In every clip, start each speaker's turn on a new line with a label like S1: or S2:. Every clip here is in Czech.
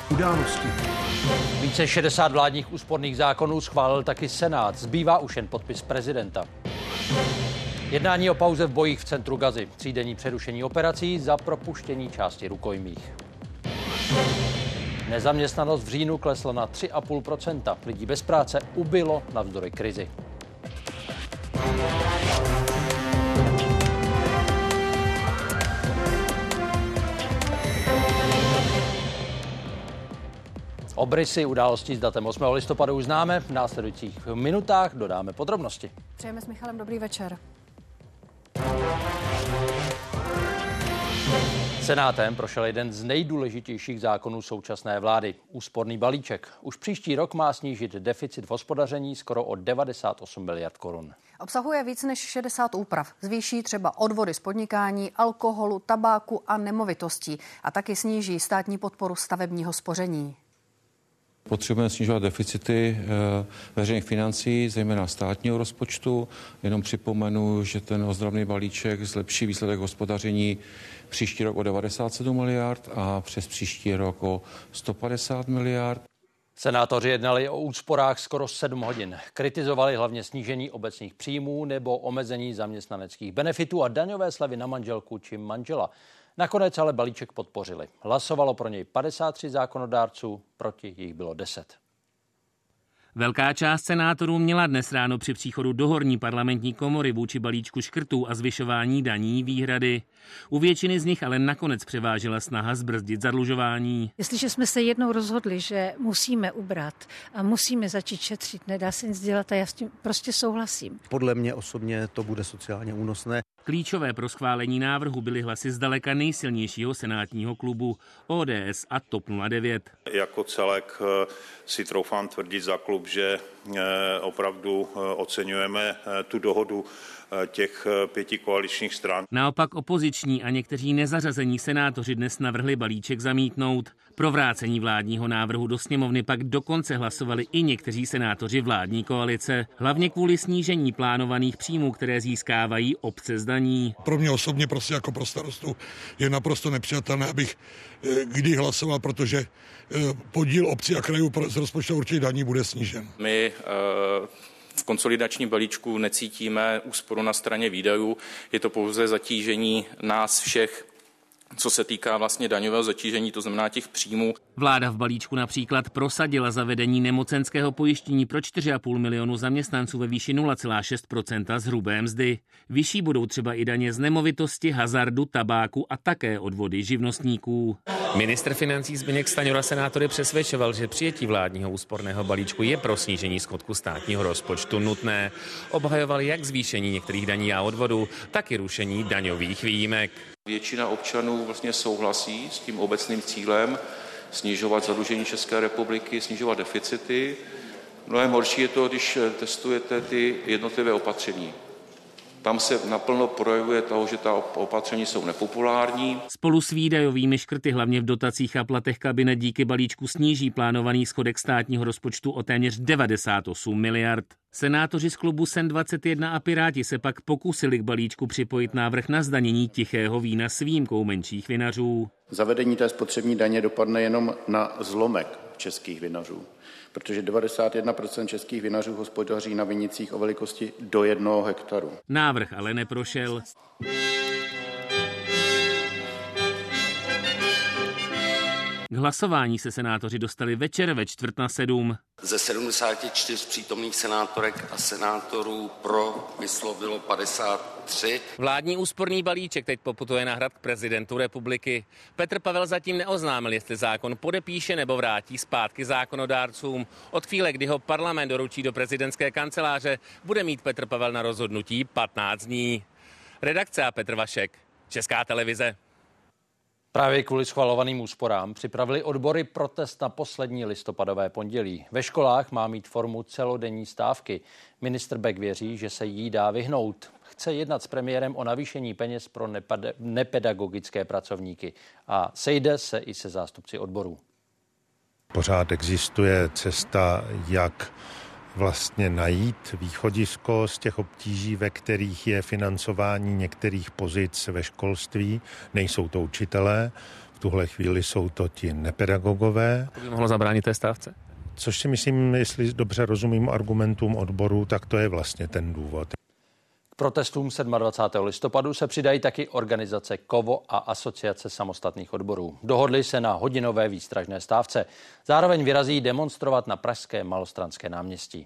S1: Události.
S2: Více 60 vládních úsporných zákonů schválil taky Senát. Zbývá už jen podpis prezidenta. Jednání o pauze v bojích v centru Gazy. 3denní přerušení operací za propuštění části rukojmích. Nezaměstnanost v říjnu klesla na 3,5%. Lidí bez práce ubylo navzdory krizi. Obrysy událostí s datem 8. listopadu už známe. V následujících minutách dodáme podrobnosti.
S3: Přejeme s Michalem dobrý večer.
S2: Senátem prošel jeden z nejdůležitějších zákonů současné vlády. Úsporný balíček. Už příští rok má snížit deficit v hospodaření skoro o 98 miliard korun.
S3: Obsahuje víc než 60 úprav. Zvýší třeba odvody z podnikání, alkoholu, tabáku a nemovitostí. A taky sníží státní podporu stavebního spoření.
S4: Potřebujeme snižovat deficity veřejných financí, zejména státního rozpočtu. Jenom připomenu, že ten ozdravný balíček zlepší výsledek hospodaření příští rok o 97 miliard a přes příští rok o 150 miliard.
S2: Senátoři jednali o úsporách skoro 7 hodin. Kritizovali hlavně snížení obecních příjmů nebo omezení zaměstnaneckých benefitů a daňové slevy na manželku či manžela. Nakonec ale balíček podpořili. Hlasovalo pro něj 53 zákonodárců, proti jich bylo 10.
S5: Velká část senátorů měla dnes ráno při příchodu do horní parlamentní komory vůči balíčku škrtů a zvyšování daní výhrady. U většiny z nich ale nakonec převážila snaha zbrzdit zadlužování.
S6: Jestliže jsme se jednou rozhodli, že musíme ubrat a musíme začít šetřit, nedá se nic dělat a já s tím prostě souhlasím.
S1: Podle mě osobně to bude sociálně únosné.
S5: Klíčové pro schválení návrhu byly hlasy zdaleka nejsilnějšího senátního klubu ODS a TOP 09.
S7: Jako celek si troufám tvrdit za klub, že opravdu oceňujeme tu dohodu těch 5 koaličních stran.
S5: Naopak opoziční a někteří nezařazení senátoři dnes navrhli balíček zamítnout. Pro vrácení vládního návrhu do sněmovny pak dokonce hlasovali i někteří senátoři vládní koalice, hlavně kvůli snížení plánovaných příjmů, které získávají obce z daní.
S8: Pro mě osobně prostě jako pro starostu je naprosto nepřijatelné, abych kdy hlasoval, protože podíl obcí a krajů z rozpočtu určitě daní bude snížen.
S9: My v konsolidačním balíčku necítíme úsporu na straně výdajů, je to pouze zatížení nás všech, co se týká vlastně daňového zatížení, to znamená těch příjmů.
S5: Vláda v balíčku například prosadila zavedení nemocenského pojištění pro 4,5 milionu zaměstnanců ve výši 0,6% z hrubé mzdy. Vyšší budou třeba i daně z nemovitosti, hazardu, tabáku a také odvody živnostníků.
S10: Ministr financí Zbyněk Stanjura senátory přesvědčoval, že přijetí vládního úsporného balíčku je pro snížení schodku státního rozpočtu nutné. Obhajoval jak zvýšení některých daní a odvodů, tak i rušení daňových výjimek.
S11: Většina občanů vlastně souhlasí s tím obecným cílem snižovat zadlužení České republiky, snižovat deficity. Mnohem horší je to, když testujete ty jednotlivé opatření. Tam se naplno projevuje toho, že ta opatření jsou nepopulární.
S5: Spolu s výdajovými škrty hlavně v dotacích a platech kabinet díky balíčku sníží plánovaný schodek státního rozpočtu o téměř 98 miliard. Senátoři z klubu SEN 21 a Piráti se pak pokusili k balíčku připojit návrh na zdanění tichého vína s výjimkou menších vinařů.
S12: Zavedení té spotřební daně dopadne jenom na zlomek českých vinařů, protože 91% českých vinařů hospodaří na vinicích o velikosti do 1 hektaru.
S5: Návrh ale neprošel. K hlasování se senátoři dostali večer ve 6:45.
S13: Ze 74 přítomných senátorek a senátorů pro vyslovilo 53.
S10: Vládní úsporný balíček teď poputuje na Hrad k prezidentu republiky. Petr Pavel zatím neoznámil, jestli zákon podepíše nebo vrátí zpátky zákonodárcům. Od chvíle, kdy ho parlament doručí do prezidentské kanceláře, bude mít Petr Pavel na rozhodnutí 15 dní. Redakce a Petr Vašek, Česká televize.
S2: Právě kvůli schvalovaným úsporám připravili odbory protest na poslední listopadové pondělí. Ve školách má mít formu celodenní stávky. Ministr Bek věří, že se jí dá vyhnout. Chce jednat s premiérem o navýšení peněz pro nepedagogické pracovníky a sejde se i se zástupci odborů.
S14: Pořád existuje cesta, jak vlastně najít východisko z těch obtíží, ve kterých je financování některých pozic ve školství. Nejsou to učitelé. V tuhle chvíli jsou to ti nepedagogové.
S10: To by mohlo zabránit té stávce?
S14: Což si myslím, jestli dobře rozumím argumentům odboru, tak to je vlastně ten důvod.
S2: K protestům 27. listopadu se přidají taky organizace KOVO a Asociace samostatných odborů. Dohodli se na hodinové výstražné stávce. Zároveň vyrazí demonstrovat na pražské Malostranské náměstí.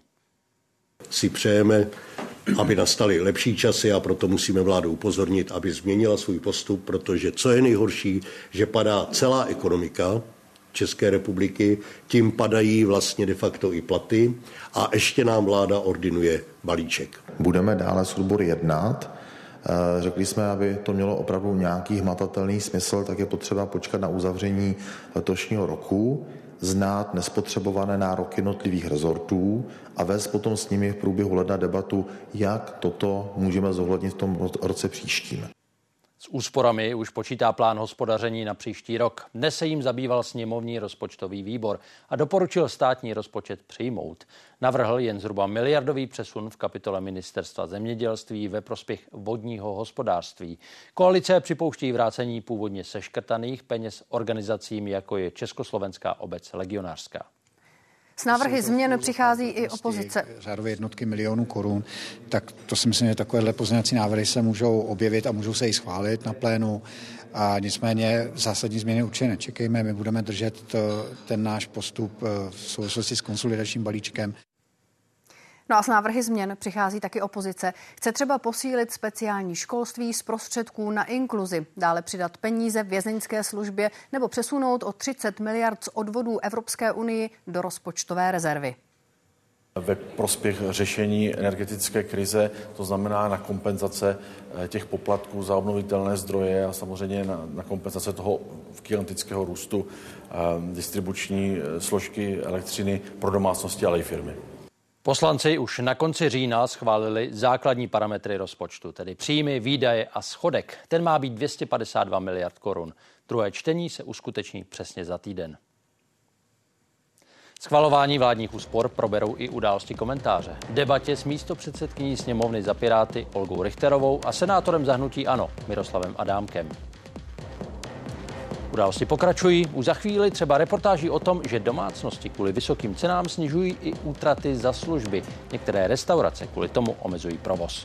S15: Si přejeme, aby nastaly lepší časy a proto musíme vládu upozornit, aby změnila svůj postup, protože co je nejhorší, že padá celá ekonomika České republiky, tím padají vlastně de facto i platy a ještě nám vláda ordinuje balíček.
S16: Budeme dále s odbory jednat. Řekli jsme, aby to mělo opravdu nějaký hmatatelný smysl, tak je potřeba počkat na uzavření letošního roku, znát nespotřebované nároky jednotlivých rezortů a vést potom s nimi v průběhu ledna debatu, jak toto můžeme zohlednit v tom roce příštím.
S2: S úsporami už počítá plán hospodaření na příští rok. Dnes se jim zabýval sněmovní rozpočtový výbor a doporučil státní rozpočet přijmout. Navrhl jen zhruba miliardový přesun v kapitole Ministerstva zemědělství ve prospěch vodního hospodářství. Koalice připouští vrácení původně seškrtaných peněz organizacím, jako je Československá obec legionářská.
S3: S návrhy změn přichází i opozice.
S17: Řádové jednotky milionů korun, tak to si myslím, že takovéhle pozměňovací návrhy se můžou objevit a můžou se i schválit na plénu. A nicméně zásadní změny určitě nečekejme. My budeme držet ten náš postup v souvislosti s konsolidačním balíčkem.
S3: No a s návrhy změn přichází taky opozice. Chce třeba posílit speciální školství z prostředků na inkluzi, dále přidat peníze vězeňské službě nebo přesunout o 30 miliard z odvodů Evropské unii do rozpočtové rezervy.
S18: Ve prospěch řešení energetické krize, to znamená na kompenzace těch poplatků za obnovitelné zdroje a samozřejmě na kompenzace toho gigantického růstu distribuční složky elektřiny pro domácnosti, ale i firmy.
S2: Poslanci už na konci října schválili základní parametry rozpočtu, tedy příjmy, výdaje a schodek. Ten má být 252 miliard korun. Druhé čtení se uskuteční přesně za týden. Schvalování vládních úspor proberou i Události komentáře. V debatě s místopředsedkyní sněmovny za Piráty Olgou Richterovou a senátorem za hnutí ANO Miroslavem Adámkem. Události pokračují. Už za chvíli třeba reportáží o tom, že domácnosti kvůli vysokým cenám snižují i útraty za služby. Některé restaurace kvůli tomu omezují provoz.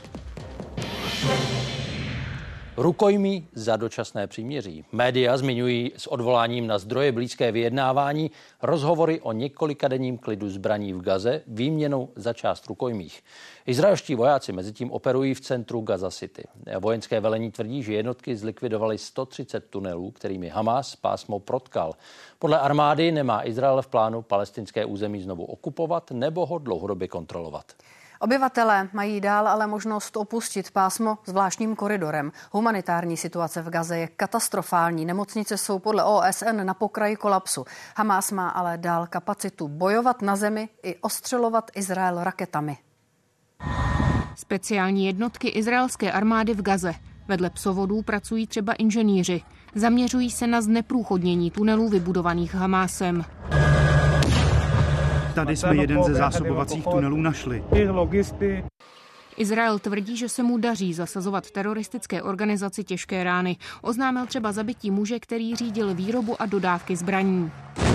S2: Rukojmí za dočasné příměří. Média zmiňují s odvoláním na zdroje blízké vyjednávání rozhovory o několikadenním klidu zbraní v Gaze výměnou za část rukojmích. Izraelští vojáci mezitím operují v centru Gaza City. Vojenské velení tvrdí, že jednotky zlikvidovaly 130 tunelů, kterými Hamas pásmo protkal. Podle armády nemá Izrael v plánu palestinské území znovu okupovat nebo ho dlouhodobě kontrolovat.
S3: Obyvatelé mají dál ale možnost opustit pásmo zvláštním koridorem. Humanitární situace v Gaze je katastrofální. Nemocnice jsou podle OSN na pokraji kolapsu. Hamas má ale dál kapacitu bojovat na zemi i ostřelovat Izrael raketami.
S19: Speciální jednotky izraelské armády v Gaze. Vedle psovodů pracují třeba inženýři. Zaměřují se na zneprůchodnění tunelů vybudovaných Hamásem.
S20: Tady jsme jeden ze zásobovacích tunelů našli.
S19: Izrael tvrdí, že se mu daří zasazovat teroristické organizaci těžké rány. Oznámil třeba zabití muže, který řídil výrobu a dodávky zbraní.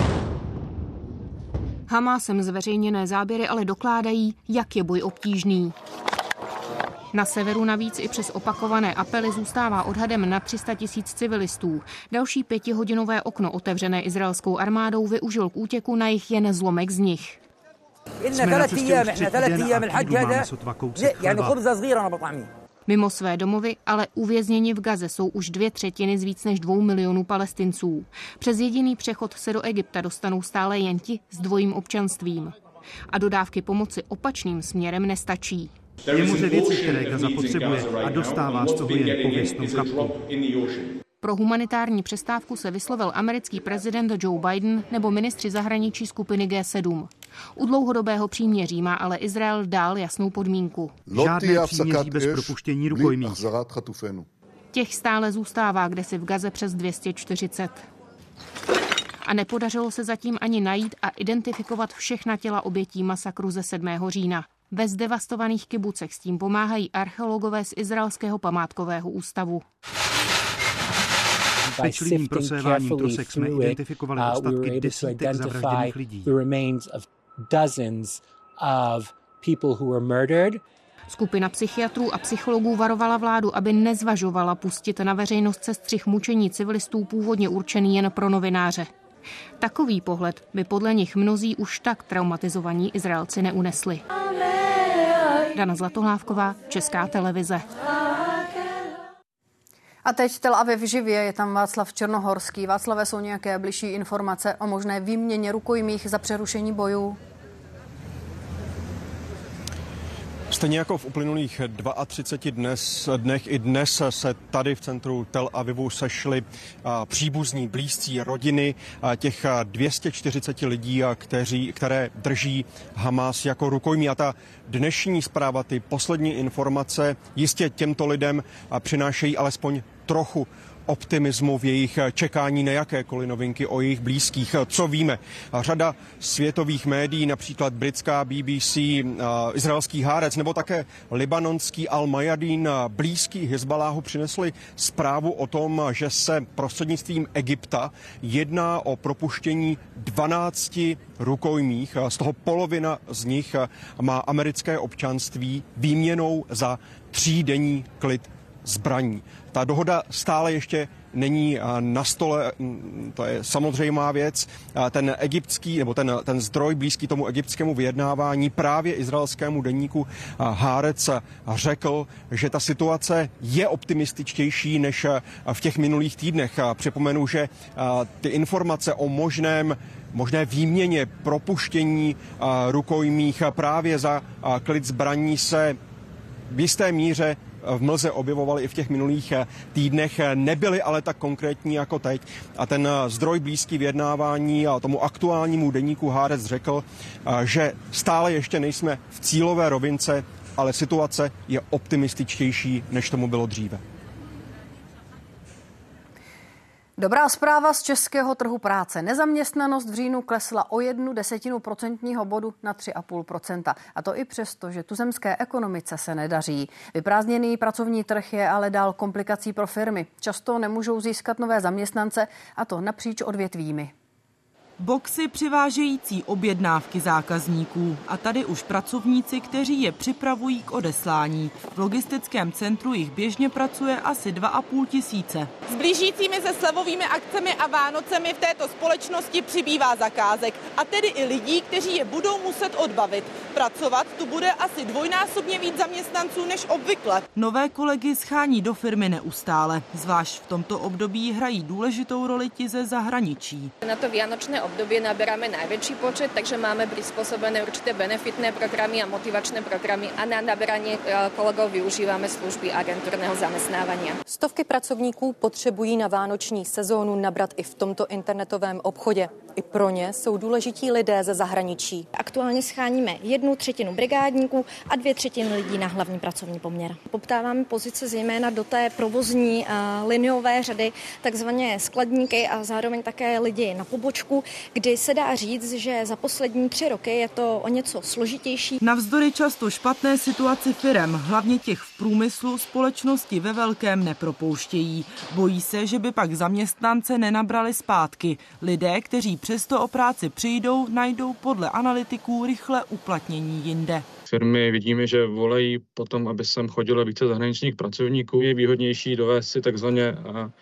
S19: Hamásem zveřejněné záběry ale dokládají, jak je boj obtížný. Na severu navíc i přes opakované apely zůstává odhadem na 300 000 civilistů. Další 5hodinové okno otevřené izraelskou armádou využil k útěku na jich jen zlomek z nich.
S20: Jsme na cestě už 3 týden a v klidu máme sotva kousek chleba.
S19: Mimo své domovy, ale uvězněni v Gaze jsou už 2/3 z víc než 2 milionů Palestinců. Přes jediný přechod se do Egypta dostanou stále jen ti s dvojím občanstvím. A dodávky pomoci opačným směrem nestačí.
S20: Je moře věcí, které Gaza potřebuje a dostává z toho jen pověstnou kapku.
S19: Pro humanitární přestávku se vyslovil americký prezident Joe Biden nebo ministři zahraničí skupiny G7. U dlouhodobého příměří má ale Izrael dál jasnou podmínku.
S20: Žádné příměří bez propuštění rukojmích.
S19: Těch stále zůstává kdesi v Gaze přes 240. A nepodařilo se zatím ani najít a identifikovat všechna těla obětí masakru ze 7. října. Ve zdevastovaných kibucech s tím pomáhají archeologové z Izraelského památkového ústavu.
S21: Pečlivým proséváním trosek jsme identifikovali ostatky desítek zavražděných lidí.
S19: Skupina psychiatrů a psychologů varovala vládu, aby nezvažovala pustit na veřejnost sestřih mučení civilistů původně určený jen pro novináře. Takový pohled by podle nich mnozí už tak traumatizovaní Izraelci neunesli. Dana Zlatohlávková, Česká televize.
S3: A teď Tel Aviv živě, je tam Václav Černohorský. Václave, jsou nějaké bližší informace o možné výměně rukojmích za přerušení bojů?
S22: Stejně jako v uplynulých 32 dnech i dnes se tady v centru Tel Avivu sešli příbuzní, blízcí rodiny těch 240 lidí, které drží Hamas jako rukojmí. A ta dnešní zpráva, ty poslední informace jistě těmto lidem přinášejí alespoň trochu optimismu v jejich čekání na jakékoliv novinky o jejich blízkých. Co víme? Řada světových médií, například britská BBC, izraelský Haaretz nebo také libanonský Al-Mayadin, blízký Hizbaláhu, přinesli zprávu o tom, že se prostřednictvím Egypta jedná o propuštění 12 rukojmích. Z toho polovina z nich má americké občanství výměnou za 3denní klid zbraní. Ta dohoda stále ještě není na stole, to je samozřejmá věc. Ten egyptský, nebo ten zdroj blízký tomu egyptskému vyjednávání právě izraelskému deníku Haaretz řekl, že ta situace je optimističtější než v těch minulých týdnech. Připomenu, že ty informace o možné výměně, propuštění rukojmích právě za klid zbraní se v jisté míře v mlze objevovaly i v těch minulých týdnech, nebyly ale tak konkrétní jako teď. A ten zdroj blízký vyjednávání a tomu aktuálnímu deníku Haaretz řekl, že stále ještě nejsme v cílové rovince, ale situace je optimističtější, než tomu bylo dříve.
S3: Dobrá zpráva z českého trhu práce. Nezaměstnanost v říjnu klesla o 0,1 procentního bodu na 3,5%. A to i přesto, že tuzemské ekonomice se nedaří. Vyprázdněný pracovní trh je ale dál komplikací pro firmy. Často nemůžou získat nové zaměstnance, a to napříč odvětvími.
S23: Boxy přivážející objednávky zákazníků a tady už pracovníci, kteří je připravují k odeslání. V logistickém centru jich běžně pracuje asi 2,5 tisíce.
S24: S blížícími se slevovými akcemi a Vánocemi v této společnosti přibývá zakázek a tedy i lidí, kteří je budou muset odbavit. Pracovat tu bude asi dvojnásobně víc zaměstnanců než obvykle.
S23: Nové kolegy schání do firmy neustále. Zvlášť v tomto období hrají důležitou roli ti ze zahraničí.
S25: Na to vianočné obdobie naberáme najväčší počet, takže máme prispôsobené určité benefitné programy a motivačné programy a na naberanie kolegov využíváme služby agentúrneho zamestnávania.
S26: Stovky pracovníků potřebují na vánoční sezónu nabrat i v tomto internetovém obchodě. I pro ně jsou důležití lidé ze zahraničí.
S27: Aktuálně scháníme 1/3 brigádníků a 2/3 lidí na hlavní pracovní poměr. Poptáváme pozice zejména do té provozní liniové řady, takzvané skladníky a zároveň také lidi na pobočku, kdy se dá říct, že za poslední 3 roky je to o něco složitější.
S23: Navzdory často špatné situaci firem, hlavně těch v průmyslu, společnosti ve velkém nepropouštějí. Bojí se, že by pak zaměstnance nenabrali zpátky. Lidé, kteří přesto o práci přijdou, najdou podle analytiků rychle uplatnění jinde.
S28: Firmy vidíme, že volají potom, aby sem chodilo více zahraničních pracovníků. Je výhodnější dovést si takzvaně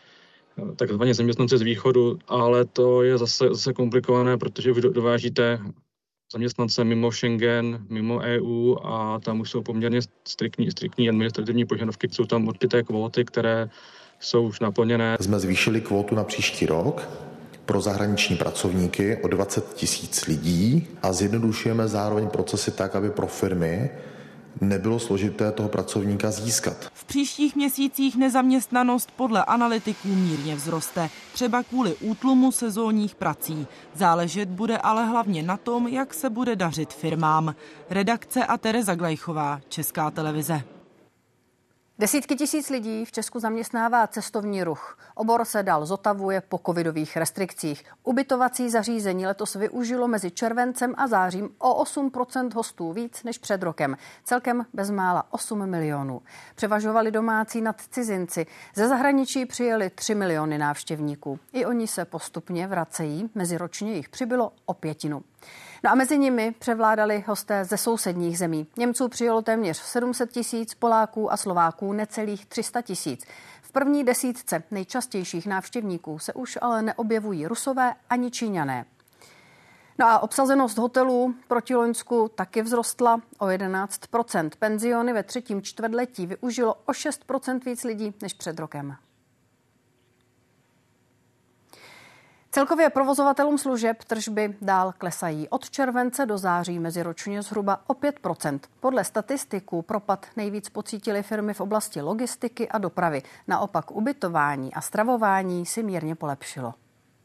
S28: zaměstnance z východu, ale to je zase komplikované, protože už dovážíte zaměstnance mimo Schengen, mimo EU a tam už jsou poměrně striktní administrativní požadavky, jsou tam určité kvóty, které jsou už naplněné.
S16: Jsme zvýšili kvótu na příští rok pro zahraniční pracovníky o 20 000 lidí a zjednodušujeme zároveň procesy tak, aby pro firmy nebylo složité toho pracovníka získat.
S23: V příštích měsících nezaměstnanost podle analytiků mírně vzroste, třeba kvůli útlumu sezónních prací. Záležet bude ale hlavně na tom, jak se bude dařit firmám. Redakce a Tereza Glejchová, Česká televize.
S3: Desítky tisíc lidí v Česku zaměstnává cestovní ruch. Obor se dál zotavuje po covidových restrikcích. Ubytovací zařízení letos využilo mezi červencem a zářím o 8% hostů víc než před rokem. Celkem bezmála 8 milionů. Převažovali domácí nad cizinci. Ze zahraničí přijeli 3 miliony návštěvníků. I oni se postupně vracejí. Meziročně jich přibylo o 1/5. No a mezi nimi převládali hosté ze sousedních zemí. Němců přijelo téměř 700 tisíc, Poláků a Slováků necelých 300 tisíc. V první desítce nejčastějších návštěvníků se už ale neobjevují Rusové ani Číňané. No a obsazenost hotelů proti loňsku taky vzrostla o 11%. Penziony ve třetím čtvrtletí využilo o 6% víc lidí než před rokem. Celkově provozovatelům služeb tržby dál klesají. Od července do září meziročně zhruba o 5%. Podle statistiků propad nejvíc pocítily firmy v oblasti logistiky a dopravy. Naopak ubytování a stravování si mírně polepšilo.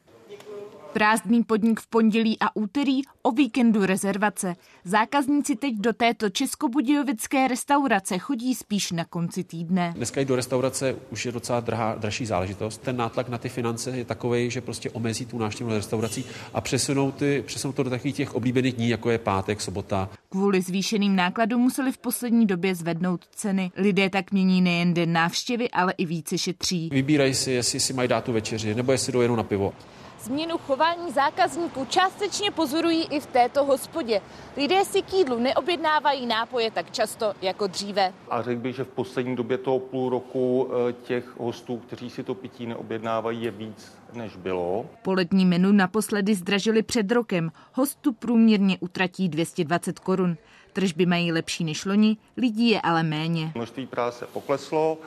S19: Prázdný podnik v pondělí a úterý, o víkendu rezervace. Zákazníci teď do této českobudějovické restaurace chodí spíš na konci týdne.
S1: Dneska jít do restaurace už je docela dražší záležitost. Ten nátlak na ty finance je takovej, že prostě omezí tu návštěvu restaurací a přesunou to do takových těch oblíbených dní, jako je pátek, sobota.
S19: Kvůli zvýšeným nákladům museli v poslední době zvednout ceny. Lidé tak mění nejen den návštěvy, ale i více šetří.
S1: Vybírají si, jestli si mají dát tu večeři, nebo jestli jdou jenom na pivo.
S4: Změnu chování zákazníků částečně pozorují i v této hospodě. Lidé si k jídlu neobjednávají nápoje tak často jako dříve.
S6: A řekl bych, že v poslední době toho půl roku těch hostů, kteří si to pití neobjednávají, je víc, než bylo.
S19: Polední menu naposledy zdražili před rokem. Hostu průměrně utratí 220 korun. Tržby mají lepší než loni, lidí je ale méně.
S6: Množství práce pokleslo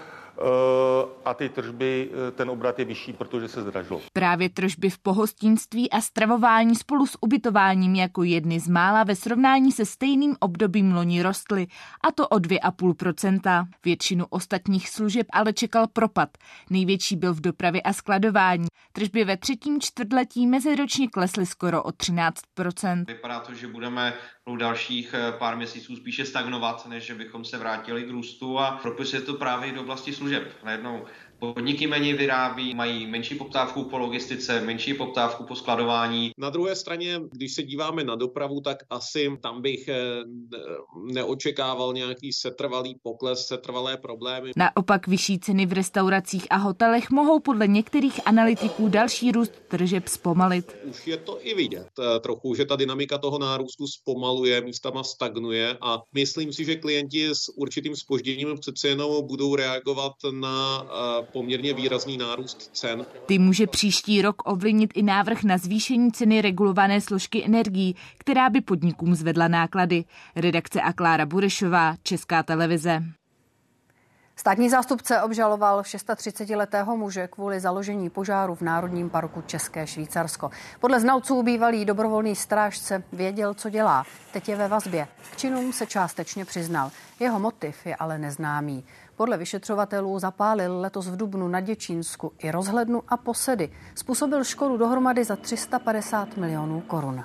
S6: a ty tržby, ten obrat je vyšší, protože se zdražilo.
S19: Právě tržby v pohostinství a stravování spolu s ubytováním jako jedny z mála ve srovnání se stejným obdobím loni rostly, a to o 2,5%. Většinu ostatních služeb ale čekal propad. Největší byl v dopravě a skladování. Tržby ve třetím čtvrtletí meziročně klesly skoro o 13%.
S7: Vypadá to, že budeme dalších pár měsíců spíše stagnovat, než že bychom se vrátili k růstu, a propisuje to právě do oblasti služeb. Najednou podniky méně vyrábí, mají menší poptávku po logistice, menší poptávku po skladování.
S8: Na druhé straně, když se díváme na dopravu, tak asi tam bych neočekával nějaký setrvalý pokles, setrvalé problémy.
S19: Naopak vyšší ceny v restauracích a hotelech mohou podle některých analytiků další růst tržeb zpomalit.
S8: Už je to i vidět trochu, že ta dynamika toho nárůstu zpomaluje, místama stagnuje, a myslím si, že klienti s určitým zpožděním přece jenom budou reagovat na poměrně výrazný nárůst cen.
S19: Ty může příští rok ovlivnit i návrh na zvýšení ceny regulované složky energií, která by podnikům zvedla náklady. Redakce a Klára Burešová, Česká televize.
S3: Státní zástupce obžaloval 36letého muže kvůli založení požáru v Národním parku České Švýcarsko. Podle znalců bývalý dobrovolný strážce věděl, co dělá. Teď je ve vazbě. K činům se částečně přiznal. Jeho motiv je ale neznámý. Podle vyšetřovatelů zapálil letos v dubnu na Děčínsku i rozhlednu a posedy. Způsobil škodu dohromady za 350 milionů korun.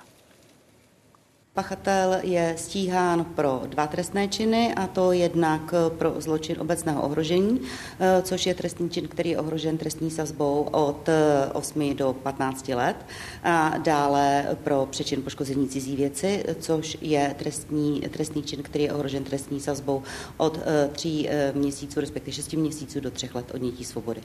S9: Pachatel je stíhán pro 2 trestné činy, a to jednak pro zločin obecného ohrožení, což je trestný čin, který je ohrožen trestní sazbou od 8 do 15 let, a dále pro přečin poškození cizí věci, což je trestný čin, který je ohrožen trestní sazbou od 3 měsíců, respektive 6 měsíců do 3 let odnětí svobody.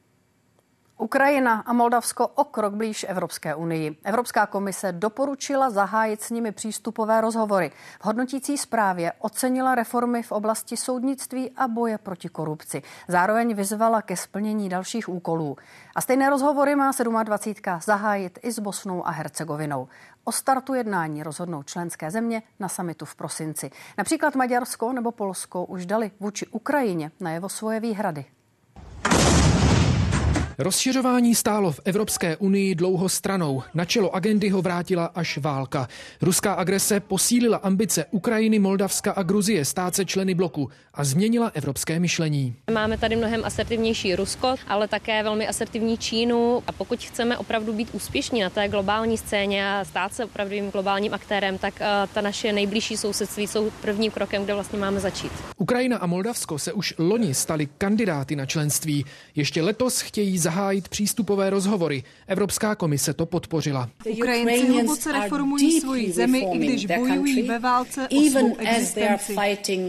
S3: Ukrajina a Moldavsko o krok blíž Evropské unii. Evropská komise doporučila zahájit s nimi přístupové rozhovory. V hodnotící zprávě ocenila reformy v oblasti soudnictví a boje proti korupci. Zároveň vyzvala ke splnění dalších úkolů. A stejné rozhovory má 27. zahájit i s Bosnou a Hercegovinou. O startu jednání rozhodnou členské země na summitu v prosinci. Například Maďarsko nebo Polsko už dali vůči Ukrajině najevo svoje výhrady.
S5: Rozšiřování stálo v Evropské unii dlouho stranou. Na čelo agendy ho vrátila až válka. Ruská agrese posílila ambice Ukrajiny, Moldavska a Gruzie stát se členy bloku a změnila evropské myšlení.
S26: Máme tady mnohem asertivnější Rusko, ale také velmi asertivní Čínu. A pokud chceme opravdu být úspěšní na té globální scéně a stát se opravdovým globálním aktérem, tak ta naše nejbližší sousedství jsou prvním krokem, kde vlastně máme začít.
S5: Ukrajina a Moldavsko se už loni staly kandidáty na členství. Ještě letos chtějí zahájit přístupové rozhovory. Evropská komise to podpořila.
S10: Ukrajinci hluboce reformují svoji zemi, i když bojují ve válce o svou existenci.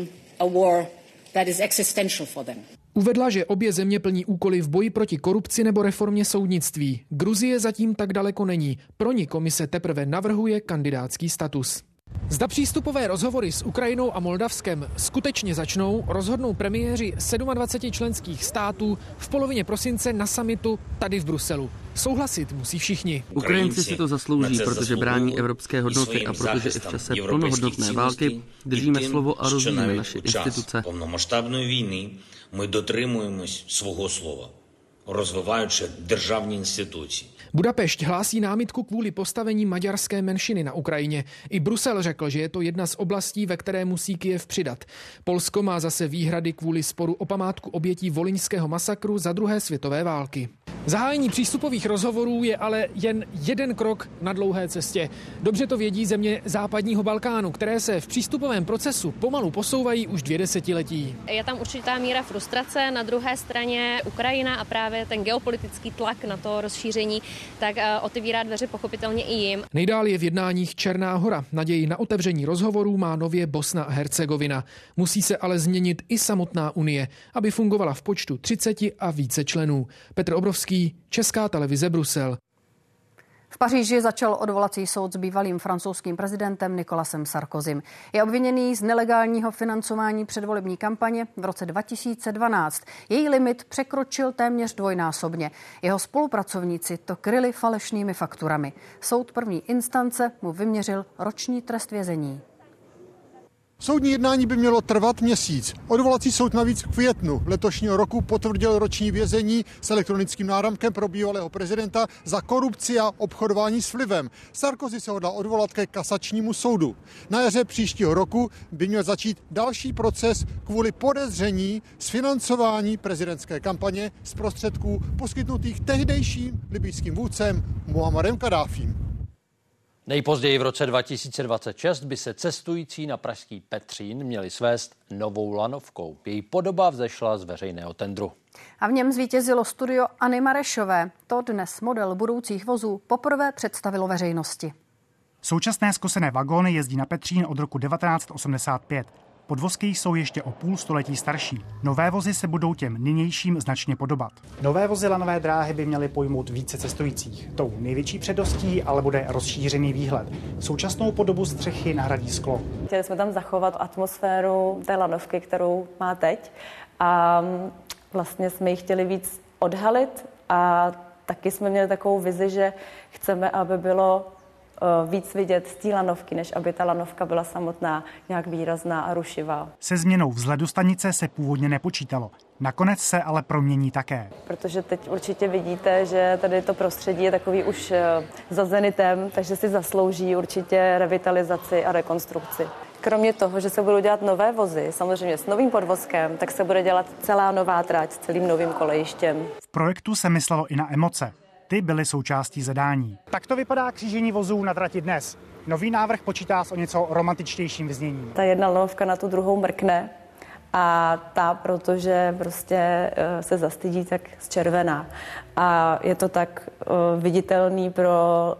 S5: Uvedla, že obě země plní úkoly v boji proti korupci nebo reformě soudnictví. Gruzie zatím tak daleko není. Pro ní komise teprve navrhuje kandidátský status. Zda přístupové rozhovory s Ukrajinou a Moldavskem skutečně začnou, rozhodnou premiéři 27 členských států v polovině prosince na summitu tady v Bruselu. Souhlasit musí všichni.
S11: Ukrajinci si to zaslouží, protože brání evropské hodnoty a protože i v čase plnohodnotné války držíme slovo a rozvíjíme naše instituce.
S12: Повномасштабної війни ми дотримуємось свого слова, розвиваючи державні інституції.
S5: Budapešť hlásí námitku kvůli postavení maďarské menšiny na Ukrajině. I Brusel řekl, že je to jedna z oblastí, ve které musí Kyjev přidat. Polsko má zase výhrady kvůli sporu o památku obětí volyňského masakru za druhé světové války. Zahájení přístupových rozhovorů je ale jen jeden krok na dlouhé cestě. Dobře to vědí země západního Balkánu, které se v přístupovém procesu pomalu posouvají už 2 desetiletí.
S26: Je tam určitá míra frustrace, na druhé straně Ukrajina a právě ten geopolitický tlak na to rozšíření, tak otevírá dveře pochopitelně i jim.
S5: Nejdál je v jednáních Černá Hora. Naději na otevření rozhovorů má nově Bosna a Hercegovina. Musí se ale změnit i samotná Unie, aby fungovala v počtu 30 a více členů. Petr Obrovský, Česká televize, Brusel.
S3: V Paříži začal odvolací soud s bývalým francouzským prezidentem Nicolasem Sarkozym. Je obviněný z nelegálního financování předvolební kampaně v roce 2012. Její limit překročil téměř dvojnásobně. Jeho spolupracovníci to kryli falešnými fakturami. Soud první instance mu vyměřil roční trest vězení.
S13: Soudní jednání by mělo trvat měsíc. Odvolací soud navíc v květnu letošního roku potvrdil roční vězení s elektronickým náramkem pro bývalého prezidenta za korupci a obchodování s vlivem. Sarkozy se hodlá odvolat ke kasačnímu soudu. Na jaře příštího roku by měl začít další proces kvůli podezření z financování prezidentské kampaně z prostředků poskytnutých tehdejším libyjským vůdcem Muammarem Kaddáfím.
S2: Nejpozději v roce 2026 by se cestující na pražský Petřín měli svést novou lanovkou. Její podoba vzešla z veřejného tendru.
S3: A v něm zvítězilo studio Anny Marešové. To dnes model budoucích vozů poprvé představilo veřejnosti.
S14: Současné zkosené vagóny jezdí na Petřín od roku 1985. Podvozky jsou ještě o půl století starší. Nové vozy se budou těm nynějším značně podobat.
S15: Nové vozy lanové dráhy by měly pojmout více cestujících. Tou největší předností ale bude rozšířený výhled. Současnou podobu střechy nahradí sklo.
S17: Chtěli jsme tam zachovat atmosféru té lanovky, kterou má teď. A vlastně jsme ji chtěli víc odhalit a taky jsme měli takovou vizi, že chceme, aby bylo víc vidět z té lanovky, než aby ta lanovka byla samotná nějak výrazná a rušivá.
S14: Se změnou vzhledu stanice se původně nepočítalo. Nakonec se ale promění také.
S17: Protože teď určitě vidíte, že tady to prostředí je takový už za zenitem, takže si zaslouží určitě revitalizaci a rekonstrukci. Kromě toho, že se budou dělat nové vozy, samozřejmě s novým podvozkem, tak se bude dělat celá nová trať s celým novým kolejištěm.
S14: V projektu se myslelo i na emoce. Ty byly součástí zadání.
S15: Tak to vypadá křížení vozů na trati dnes. Nový návrh počítá s o něco romantičtějším vyzněním.
S17: Ta jedna lanovka na tu druhou mrkne a ta, protože prostě se zastydí, tak zčervená. A je to tak viditelný pro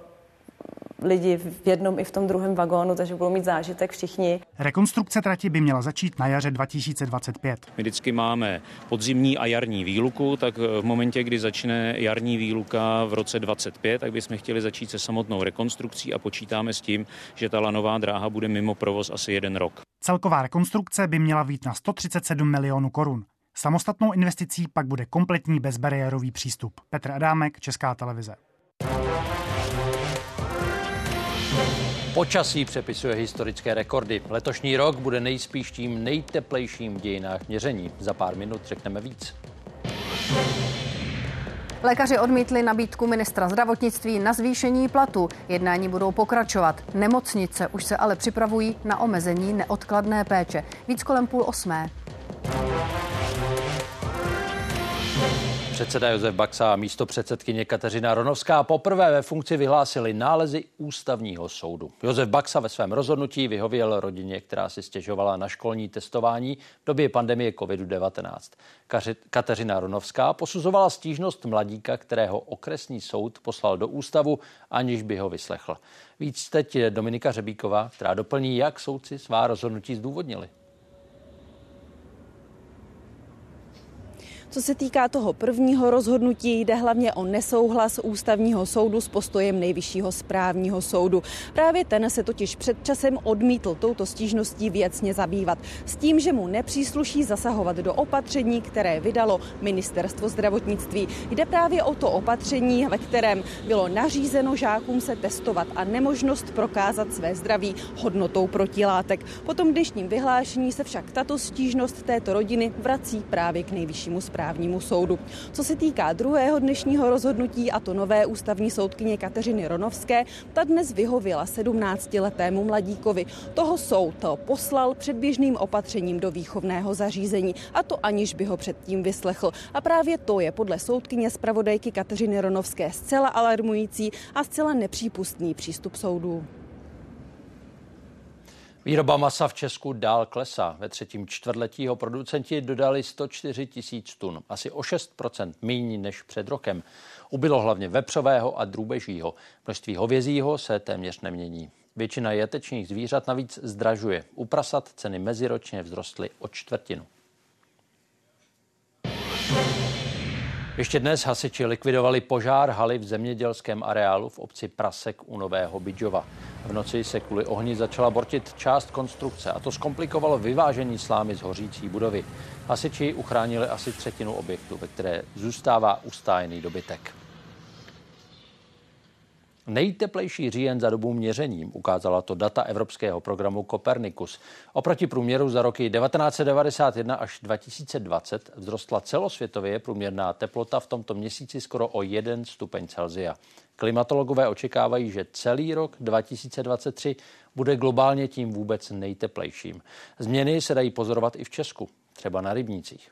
S17: lidi v jednom i v tom druhém vagónu, takže budou mít zážitek všichni.
S14: Rekonstrukce trati by měla začít na jaře 2025.
S29: My vždycky máme podzimní a jarní výluku, tak v momentě, kdy začne jarní výluka v roce 2025, tak bychom chtěli začít se samotnou rekonstrukcí a počítáme s tím, že ta lanová dráha bude mimo provoz asi 1 rok.
S14: Celková rekonstrukce by měla být na 137 milionů korun. Samostatnou investicí pak bude kompletní bezbariérový přístup. Petr Adámek, Česká televize.
S2: Počasí přepisuje historické rekordy. Letošní rok bude nejspíš tím nejteplejším v dějinách měření. Za pár minut řekneme víc.
S3: Lékaři odmítli nabídku ministra zdravotnictví na zvýšení platu. Jednání budou pokračovat. Nemocnice už se ale připravují na omezení neodkladné péče. Víc kolem 7:30.
S2: Předseda Josef Baxa a místopředsedkyně Kateřina Ronovská poprvé ve funkci vyhlásili nálezy Ústavního soudu. Josef Baxa ve svém rozhodnutí vyhověl rodině, která si stěžovala na školní testování v době pandemie COVID-19. Kateřina Ronovská posuzovala stížnost mladíka, kterého okresní soud poslal do ústavu, aniž by ho vyslechl. Víc teď Dominika Řebíková, která doplní, jak soudci svá rozhodnutí zdůvodnili.
S16: Co se týká toho prvního rozhodnutí, jde hlavně o nesouhlas Ústavního soudu s postojem Nejvyššího správního soudu. Právě ten se totiž před časem odmítl touto stížností věcně zabývat. S tím, že mu nepřísluší zasahovat do opatření, které vydalo Ministerstvo zdravotnictví. Jde právě o to opatření, ve kterém bylo nařízeno žákům se testovat a nemožnost prokázat své zdraví hodnotou protilátek. Po tom dnešním vyhlášení se však tato stížnost této rodiny vrací právě k Nejvyššímu správnímu soudu. Co se týká druhého dnešního rozhodnutí, a to nové ústavní soudkyně Kateřiny Ronovské, ta dnes vyhověla 17letému mladíkovi. Toho soud poslal předběžným opatřením do výchovného zařízení, a to aniž by ho předtím vyslechl. A právě to je podle soudkyně zpravodajky Kateřiny Ronovské zcela alarmující a zcela nepřípustný přístup soudů.
S2: Výroba masa v Česku dál klesá. Ve třetím čtvrtletí ho producenti dodali 104 000 tun, asi o 6% méně než před rokem. Ubylo hlavně vepřového a drůbežího. Množství hovězího se téměř nemění. Většina jatečných zvířat navíc zdražuje. U prasat ceny meziročně vzrostly o 1/4. Ještě dnes hasiči likvidovali požár haly v zemědělském areálu v obci Prasek u Nového Bydžova. V noci se kvůli ohni začala bortit část konstrukce a to zkomplikovalo vyvážení slámy z hořící budovy. Hasiči uchránili asi 1/3 objektu, ve které zůstává ustájený dobytek. Nejteplejší říjen za dobu měřením, ukázala to data evropského programu Copernicus. Oproti průměru za roky 1991 až 2020 vzrostla celosvětově průměrná teplota v tomto měsíci skoro o 1 stupeň Celsia. Klimatologové očekávají, že celý rok 2023 bude globálně tím vůbec nejteplejším. Změny se dají pozorovat i v Česku, třeba na rybnících.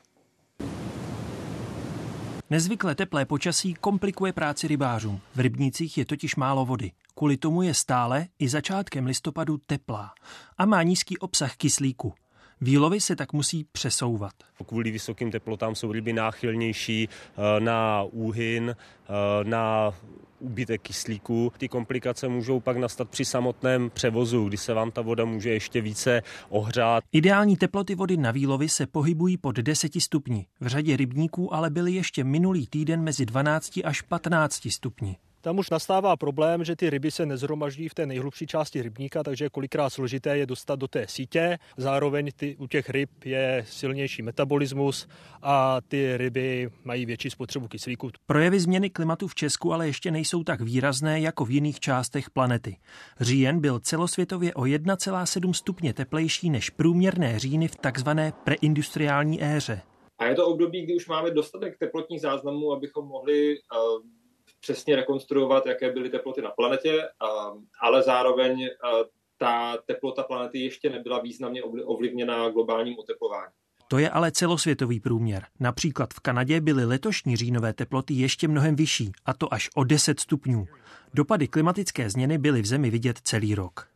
S18: Nezvykle teplé počasí komplikuje práci rybářům. V rybnících je totiž málo vody. Kvůli tomu je stále i začátkem listopadu teplá a má nízký obsah kyslíku. Výlovy se tak musí přesouvat.
S20: Kvůli vysokým teplotám jsou ryby náchylnější na úhyn, na úbytek kyslíku. Ty komplikace můžou pak nastat při samotném převozu, kdy se vám ta voda může ještě více ohřát.
S18: Ideální teploty vody na výlovy se pohybují pod 10 stupni. V řadě rybníků ale byly ještě minulý týden mezi 12 až 15 stupni.
S21: Tam už nastává problém, že ty ryby se nezhromaždí v té nejhlubší části rybníka, takže je kolikrát složité je dostat do té sítě. Zároveň u těch ryb je silnější metabolismus a ty ryby mají větší spotřebu kyslíku.
S18: Projevy změny klimatu v Česku ale ještě nejsou tak výrazné jako v jiných částech planety. Říjen byl celosvětově o 1,7 stupně teplejší než průměrné říjny v takzvané preindustriální éře.
S22: A je to období, kdy už máme dostatek teplotních záznamů, abychom mohli přesně rekonstruovat, jaké byly teploty na planetě, ale zároveň ta teplota planety ještě nebyla významně ovlivněna globálním oteplováním.
S18: To je ale celosvětový průměr. Například v Kanadě byly letošní říjnové teploty ještě mnohem vyšší, a to až o 10 stupňů. Dopady klimatické změny byly v zemi vidět celý rok.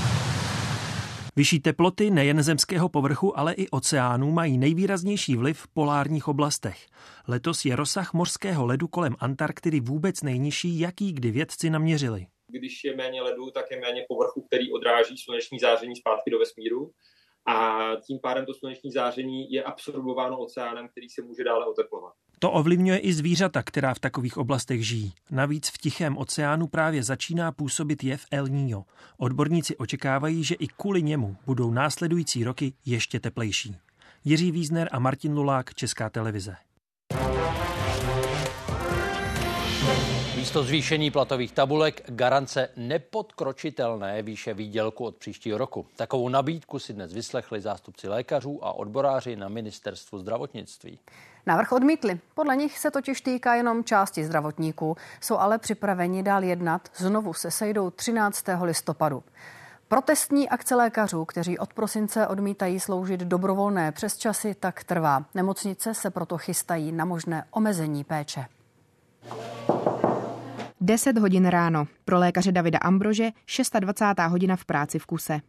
S18: Vyšší teploty nejen zemského povrchu, ale i oceánů mají nejvýraznější vliv v polárních oblastech. Letos je rozsah mořského ledu kolem Antarktidy vůbec nejnižší, jaký kdy vědci naměřili.
S22: Když je méně ledu, tak je méně povrchu, který odráží sluneční záření zpátky do vesmíru. A tím pádem to sluneční záření je absorbováno oceánem, který se může dále oteplovat.
S18: To ovlivňuje i zvířata, která v takových oblastech žijí. Navíc v Tichém oceánu právě začíná působit jev El Niño. Odborníci očekávají, že i kvůli němu budou následující roky ještě teplejší. Jiří Vízner a Martin Lulák, Česká televize.
S2: Místo zvýšení platových tabulek garance nepodkročitelné výše výdělku od příštího roku. Takovou nabídku si dnes vyslechli zástupci lékařů a odboráři na Ministerstvu zdravotnictví.
S3: Návrh odmítli. Podle nich se totiž týká jenom části zdravotníků. Jsou ale připraveni dál jednat. Znovu se sejdou 13. listopadu. Protestní akce lékařů, kteří od prosince odmítají sloužit dobrovolné přesčasy, tak trvá. Nemocnice se proto chystají na možné omezení péče.
S19: 10 hodin ráno. Pro lékaře Davida Ambrože 26. hodina v práci v kuse.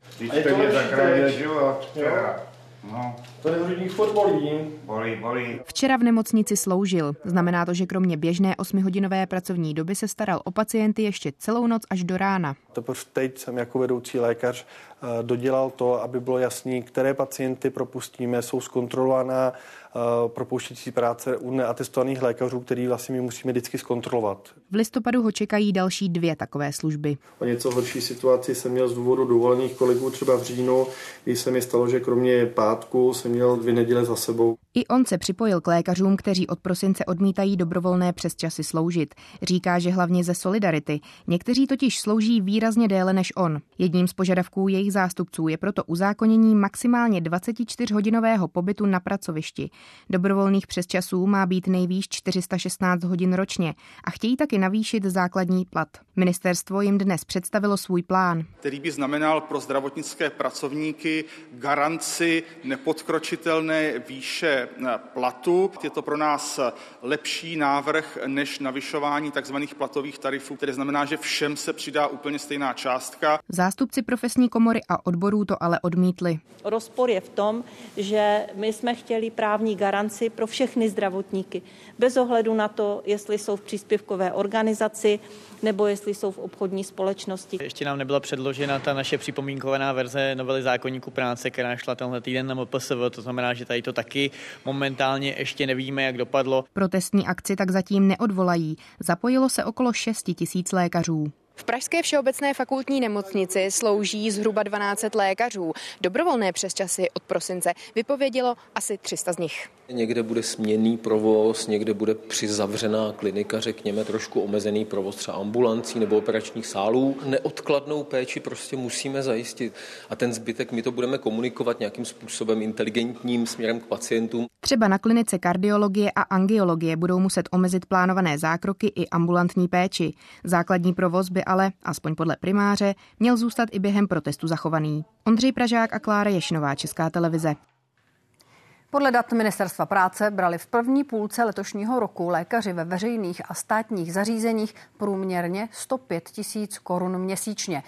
S1: To hrudník furt bolí.
S19: Včera v nemocnici sloužil. Znamená to, že kromě běžné 8hodinové pracovní doby se staral o pacienty ještě celou noc až do rána.
S4: Teprve teď jsem jako vedoucí lékař dodělal to, aby bylo jasný, které pacienty propustíme, jsou zkontrolovaná propouštějící práce u neatestovaných lékařů, který vlastně my musíme vždycky zkontrolovat.
S19: V listopadu ho čekají další 2 takové služby.
S4: O něco horší situaci jsem měl z důvodu dovolených kolegů třeba v říjnu, kdy se mi stalo, že kromě pátku jsem měl 2 neděle za sebou.
S19: I on se připojil k lékařům, kteří od prosince odmítají dobrovolné přesčasy sloužit. Říká, že hlavně ze solidarity. Někteří totiž slouží výrazně déle než on. Jedním z požadavků jejich zástupců je proto uzákonění maximálně 24hodinového pobytu na pracovišti. Dobrovolných přesčasů má být nejvýš 416 hodin ročně a chtějí taky navýšit základní plat. Ministerstvo jim dnes představilo svůj plán,
S6: který by znamenal pro zdravotnické pracovníky garanci nepodkročitelné výše platu. Je to pro nás lepší návrh než navyšování tzv. Platových tarifů, které znamená, že všem se přidá úplně stejná částka.
S19: Zástupci profesní komory a odborů to ale odmítli.
S7: Rozpor je v tom, že my jsme chtěli právní garanci pro všechny zdravotníky, bez ohledu na to, jestli jsou v příspěvkové organizaci nebo jestli jsou v obchodní společnosti.
S23: Ještě nám nebyla předložena ta naše připomínkovaná verze novely zákoníku práce, která šla tenhle týden na MPSV, to znamená, že tady to taky momentálně ještě nevíme, jak dopadlo.
S19: Protestní akci tak zatím neodvolají. Zapojilo se okolo 6 000 lékařů.
S24: V pražské všeobecné fakultní nemocnici slouží zhruba 1200 lékařů. Dobrovolné přesčasy od prosince vypovědělo asi 300 z nich.
S25: Někde bude směnný provoz, někde bude přizavřená klinika, řekněme trošku omezený provoz třeba ambulancí nebo operačních sálů. Neodkladnou péči prostě musíme zajistit a ten zbytek my to budeme komunikovat nějakým způsobem inteligentním směrem k pacientům.
S19: Třeba na klinice kardiologie a angiologie budou muset omezit plánované zákroky i ambulantní péči. Základní provoz by ale, aspoň podle primáře, měl zůstat i během protestu zachovaný. Ondřej Pražák a Klára Ješinová, Česká televize.
S3: Podle dat Ministerstva práce brali v první půlce letošního roku lékaři ve veřejných a státních zařízeních průměrně 105 000 korun měsíčně.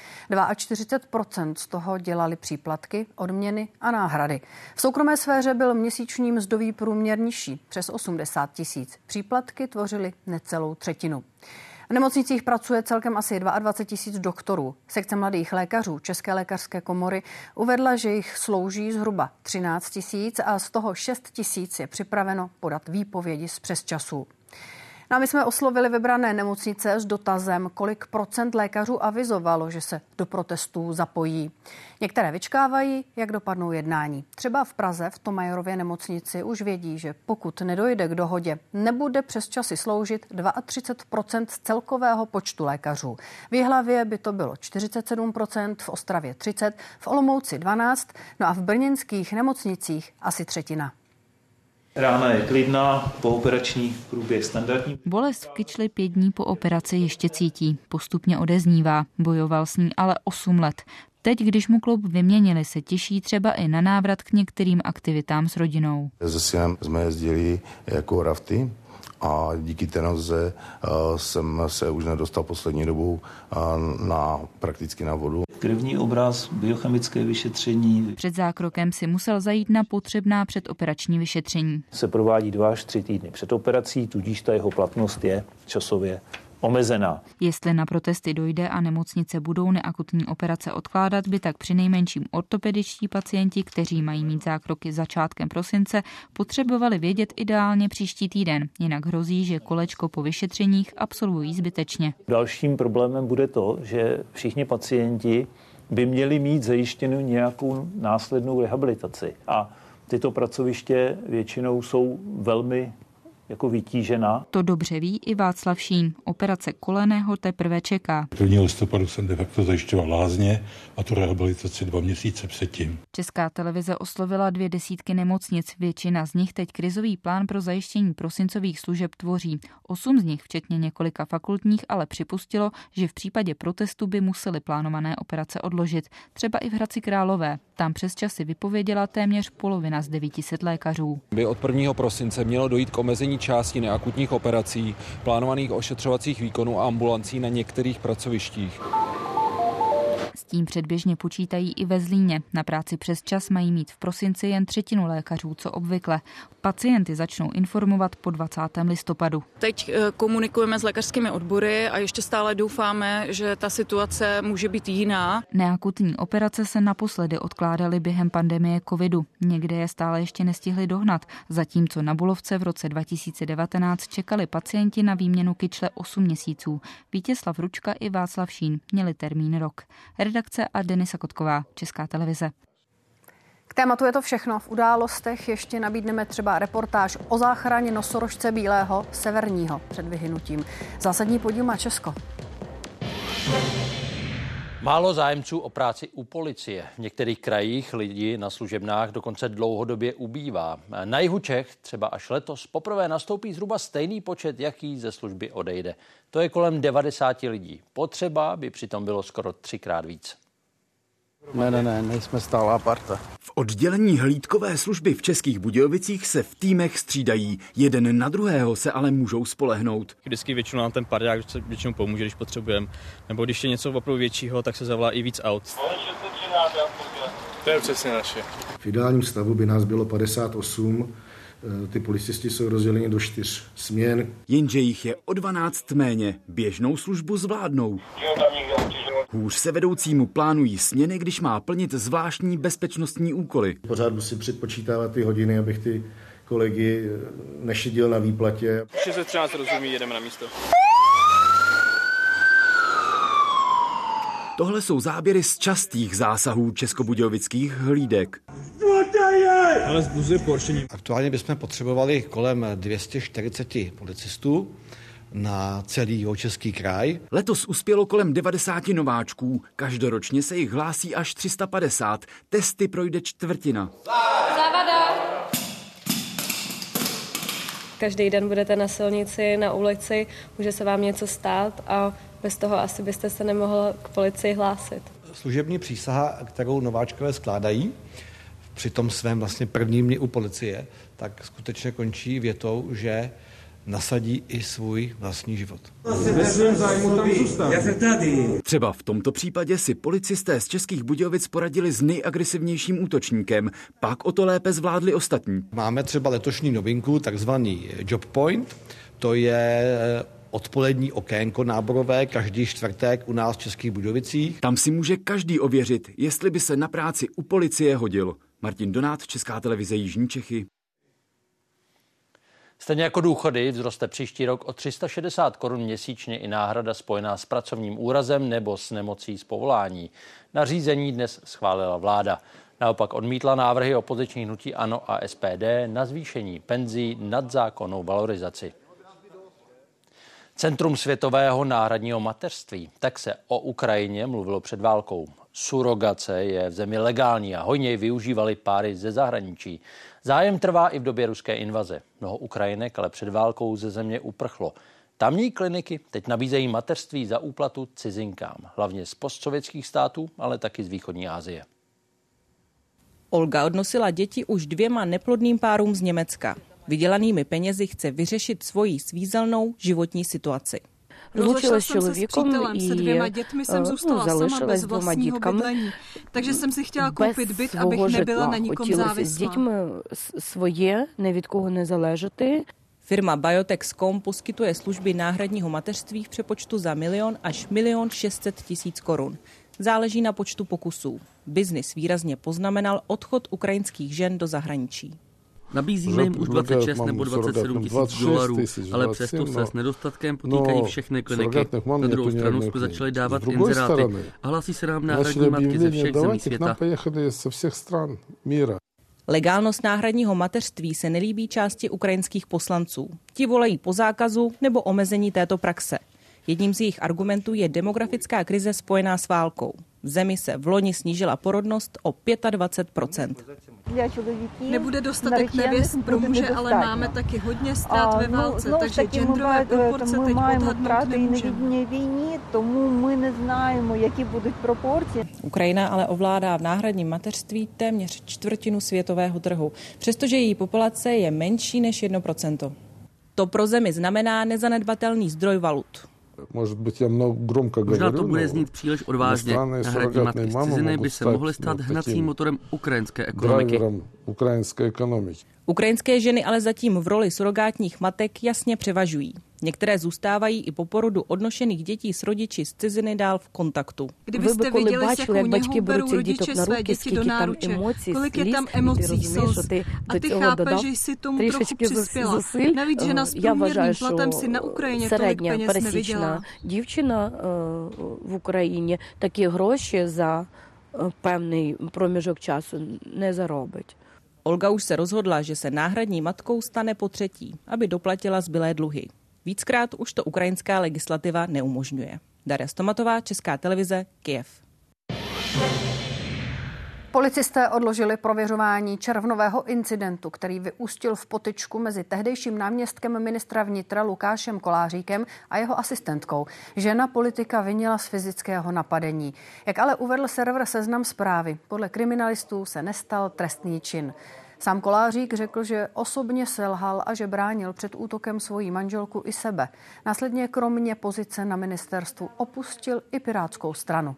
S3: 42% z toho dělali příplatky, odměny a náhrady. V soukromé sféře byl měsíční mzdový průměr nižší, přes 80 000. Příplatky tvořily necelou třetinu. V nemocnicích pracuje celkem asi 22 000 doktorů. Sekce mladých lékařů České lékařské komory uvedla, že jich slouží zhruba 13 000 a z toho 6 000 je připraveno podat výpovědi z přesčasů. No a my jsme oslovili vybrané nemocnice s dotazem, kolik procent lékařů avizovalo, že se do protestů zapojí. Některé vyčkávají, jak dopadnou jednání. Třeba v Praze v Thomayerově nemocnici už vědí, že pokud nedojde k dohodě, nebude přesčasy sloužit 32% z celkového počtu lékařů. V Jihlavě by to bylo 47%, v Ostravě 30%, v Olomouci 12%, no a v brněnských nemocnicích asi třetina.
S27: Rána je klidná, pooperační průběh standardní.
S28: Bolest v kyčli 5 dní po operaci ještě cítí, postupně odeznívá. Bojoval s ní ale 8 let. Teď, když mu kloub vyměnili, se těší třeba i na návrat k některým aktivitám s rodinou.
S30: Se synem jsme jezdili jako rafty a díky té noze jsem se už nedostal poslední dobou prakticky na vodu.
S27: Krevní obraz, biochemické vyšetření.
S28: Před zákrokem si musel zajít na potřebná předoperační vyšetření.
S27: Se provádí 2 až 3 týdny před operací, tudíž ta jeho platnost je časově omezená.
S28: Jestli na protesty dojde a nemocnice budou neakutní operace odkládat, by tak přinejmenším ortopedičtí pacienti, kteří mají mít zákroky začátkem prosince, potřebovali vědět ideálně příští týden. Jinak hrozí, že kolečko po vyšetřeních absolvují zbytečně.
S27: Dalším problémem bude to, že všichni pacienti by měli mít zajištěnou nějakou následnou rehabilitaci. A tyto pracoviště většinou jsou velmi jako vytížená.
S28: To dobře ví i Václav Šín. Operace koleného teprve čeká.
S5: 1. listopadu jsem de facto zajišťoval lázně a tu rehabilitaci 2 měsíce předtím.
S28: Česká televize oslovila 200 nemocnic. Většina z nich teď krizový plán pro zajištění prosincových služeb tvoří. 8 z nich, včetně několika fakultních, ale připustilo, že v případě protestu by museli plánované operace odložit. Třeba i v Hradci Králové. Tam přes časy vypověděla téměř polovina z 900 lékařů.
S8: By od 1. prosince mělo dojít k omezení části neakutních operací, plánovaných ošetřovacích výkonů a ambulancí na některých pracovištích.
S28: S tím předběžně počítají i ve Zlíně. Na práci přes čas mají mít v prosinci jen 1/3 lékařů, co obvykle. Pacienty začnou informovat po 20. listopadu.
S9: Teď komunikujeme s lékařskými odbory a ještě stále doufáme, že ta situace může být jiná.
S28: Neakutní operace se naposledy odkládaly během pandemie covidu. Někde je stále ještě nestihli dohnat, zatímco na Bulovce v roce 2019 čekali pacienti na výměnu kyčle 8 měsíců. Vítězslav Ručka i Václav Šín měli termín rok. Redakce a Denisa Kotková, Česká televize.
S3: K tématu je to všechno. V událostech ještě nabídneme třeba reportáž o záchraně nosorožce bílého severního před vyhynutím. Zásadní podíl má Česko.
S2: Málo zájemců o práci u policie. V některých krajích lidí na služebnách dokonce dlouhodobě ubývá. Na jihu Čech třeba až letos poprvé nastoupí zhruba stejný počet, jaký ze služby odejde. To je kolem 90 lidí. Potřeba by přitom bylo skoro 3krát víc.
S10: Ne, nejsme stálá parta.
S11: V oddělení hlídkové služby v Českých Budějovicích se v týmech střídají. Jeden na druhého se ale můžou spolehnout.
S12: Vždycky většinou nám ten parťák většinou pomůže, když potřebujeme. Nebo když je něco opravdu většího, tak se zavolá i víc aut.
S10: To je přesně naše.
S13: V ideálním stavu by nás bylo 58. Ty policisti jsou rozděleni do 4 směn.
S11: Jenže jich je o 12 méně. Běžnou službu zvládnou. Hůř se vedoucímu plánují směny, když má plnit zvláštní bezpečnostní úkoly.
S13: Pořád musím předpočítávat ty hodiny, abych ty kolegy nešidil na výplatě.
S12: 613 rozumí, jedeme na místo.
S11: Tohle jsou záběry z častých zásahů českobudějovických hlídek.
S10: Ale zbuzuje poršení. Aktuálně bychom potřebovali kolem 240 policistů na celý Jihočeský kraj.
S11: Letos uspělo kolem 90 nováčků. Každoročně se jich hlásí až 350. Testy projde čtvrtina.
S15: Závada! Každý den budete na silnici, na ulici, může se vám něco stát a bez toho asi byste se nemohl k policii hlásit.
S10: Služební přísaha, kterou nováčkové skládají při tom svém vlastně prvním dni u policie, tak skutečně končí větou, že nasadí i svůj vlastní život.
S11: Ve svém zájmu tam zůstat. Třeba v tomto případě si policisté z Českých Budějovic poradili s nejagresivnějším útočníkem, pak o to lépe zvládli ostatní.
S10: Máme třeba letošní novinku, takzvaný Job Point, to je odpolední okénko náborové každý čtvrtek u nás v Českých Budějovicích.
S11: Tam si může každý ověřit, jestli by se na práci u policie hodil. Martin Donát, Česká televize Jižní Čechy.
S2: Stejně jako důchody vzroste příští rok o 360 korun měsíčně i náhrada spojená s pracovním úrazem nebo s nemocí z povolání. Nařízení dnes schválila vláda. Naopak odmítla návrhy opozičních hnutí ANO a SPD na zvýšení penzí nad zákonnou valorizaci. Centrum světového náhradního mateřství. Tak se o Ukrajině mluvilo před válkou. Surogace je v zemi legální a hojně využívali páry ze zahraničí. Zájem trvá i v době ruské invaze. Mnoho Ukrajinek ale před válkou ze země uprchlo. Tamní kliniky teď nabízejí mateřství za úplatu cizinkám, hlavně z postsovětských států, ale taky z východní Asie.
S16: Olga odnosila děti už 2 neplodným párům z Německa. Vydělanými penězi chce vyřešit svoji svízelnou životní situaci.
S17: Rozlučila jsem se s přítelem, se 2 dětmi jsem zůstala sama bez vlastního bydlení. Takže jsem si chtěla koupit byt, abych nebyla na nikom závislá. С dětmi svoje, ne від кого не залежати.
S16: Firma Biotex.com poskytuje služby náhradního mateřství v přepočtu za 1 000 000 až 1 600 000 korun. Záleží na počtu pokusů. Biznis výrazně poznamenal odchod ukrajinských žen do zahraničí.
S26: Nabízíme jim už 26 nebo 27 tisíc dolarů, ale přesto se s nedostatkem potýkají všechny kliniky. Na druhou stranu jsme začali dávat inzeráty a hlásí se nám náhradní matky ze všech zemí světa.
S1: Legálnost náhradního mateřství se nelíbí části ukrajinských poslanců. Ti volají po zákazu nebo omezení této praxe. Jedním z jejich argumentů je demografická krize spojená s válkou. V zemi se vloni snížila porodnost o 25%.
S4: Nebude dostatek nevěst pro muže, ale máme taky hodně ztrát ve válce, takže genderové proporce teď odhadnout nemůžeme.
S6: Tomu my neznáme, jaké budou proporce.
S1: Ukrajina ale ovládá v náhradním mateřství téměř čtvrtinu světového trhu, přestože její populace je menší než 1%. To pro zemi znamená nezanedbatelný zdroj valut.
S26: Možná to bude znít příliš odvážně. Náhradní matky z ciziny by se mohly stát hnacím motorem ukrajinské ekonomiky.
S1: Ukrajinské ženy ale zatím v roli surogátních matek jasně převažují. Některé zůstávají i po porodu odnošených dětí s rodiči z ciziny dál v kontaktu.
S4: Kdybyste viděli, s jakou něhou berou rodiče své děti do náruče, kolik je tam emocí, slz. A ty chápeš, že jsi tomu trochu přispěla. Navíc žena s průměrným platem si na Ukrajině tolik peněz nevydělá.
S17: Дівчина в Україні такі гроші за певний проміжок часу не заробить.
S1: Olga už se rozhodla, že se náhradní matkou stane potřetí, aby doplatila zbylé dluhy. Víckrát už to ukrajinská legislativa neumožňuje. Daria Stomatová, Česká televize, Kyjev.
S3: Policisté odložili prověřování červnového incidentu, který vyústil v potyčku mezi tehdejším náměstkem ministra vnitra Lukášem Koláříkem a jeho asistentkou. Žena politika vinila z fyzického napadení. Jak ale uvedl server Seznam Zprávy, podle kriminalistů se nestal trestný čin. Sám Kolářík řekl, že osobně selhal a že bránil před útokem svoji manželku i sebe. Následně kromě pozice na ministerstvu opustil i Pirátskou stranu.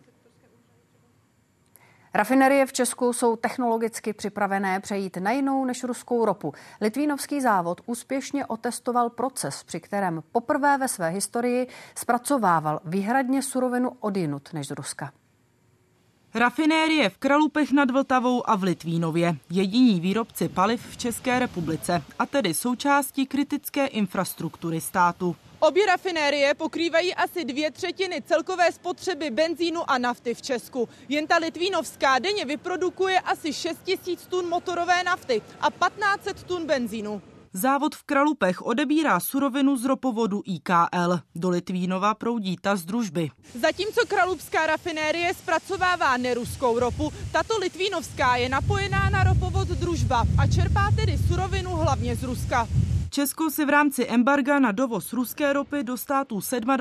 S3: Rafinerie v Česku jsou technologicky připravené přejít na jinou než ruskou ropu. Litvínovský závod úspěšně otestoval proces, při kterém poprvé ve své historii zpracovával výhradně surovinu odjinud než z Ruska.
S7: Rafinérie v Kralupech nad Vltavou a v Litvínově, jediní výrobci paliv v České republice, a tedy součástí kritické infrastruktury státu.
S14: Obě rafinérie pokrývají asi 2/3 celkové spotřeby benzínu a nafty v Česku. Jen ta litvínovská denně vyprodukuje asi 6 000 tun motorové nafty a 1500 tun benzínu.
S7: Závod v Kralupech odebírá surovinu z ropovodu IKL. Do Litvínova proudí ta z Družby.
S14: Zatímco kralupská rafinérie zpracovává neruskou ropu, tato litvínovská je napojená na ropovod Družba a čerpá tedy surovinu hlavně z Ruska.
S7: Česko si v rámci embarga na dovoz ruské ropy do států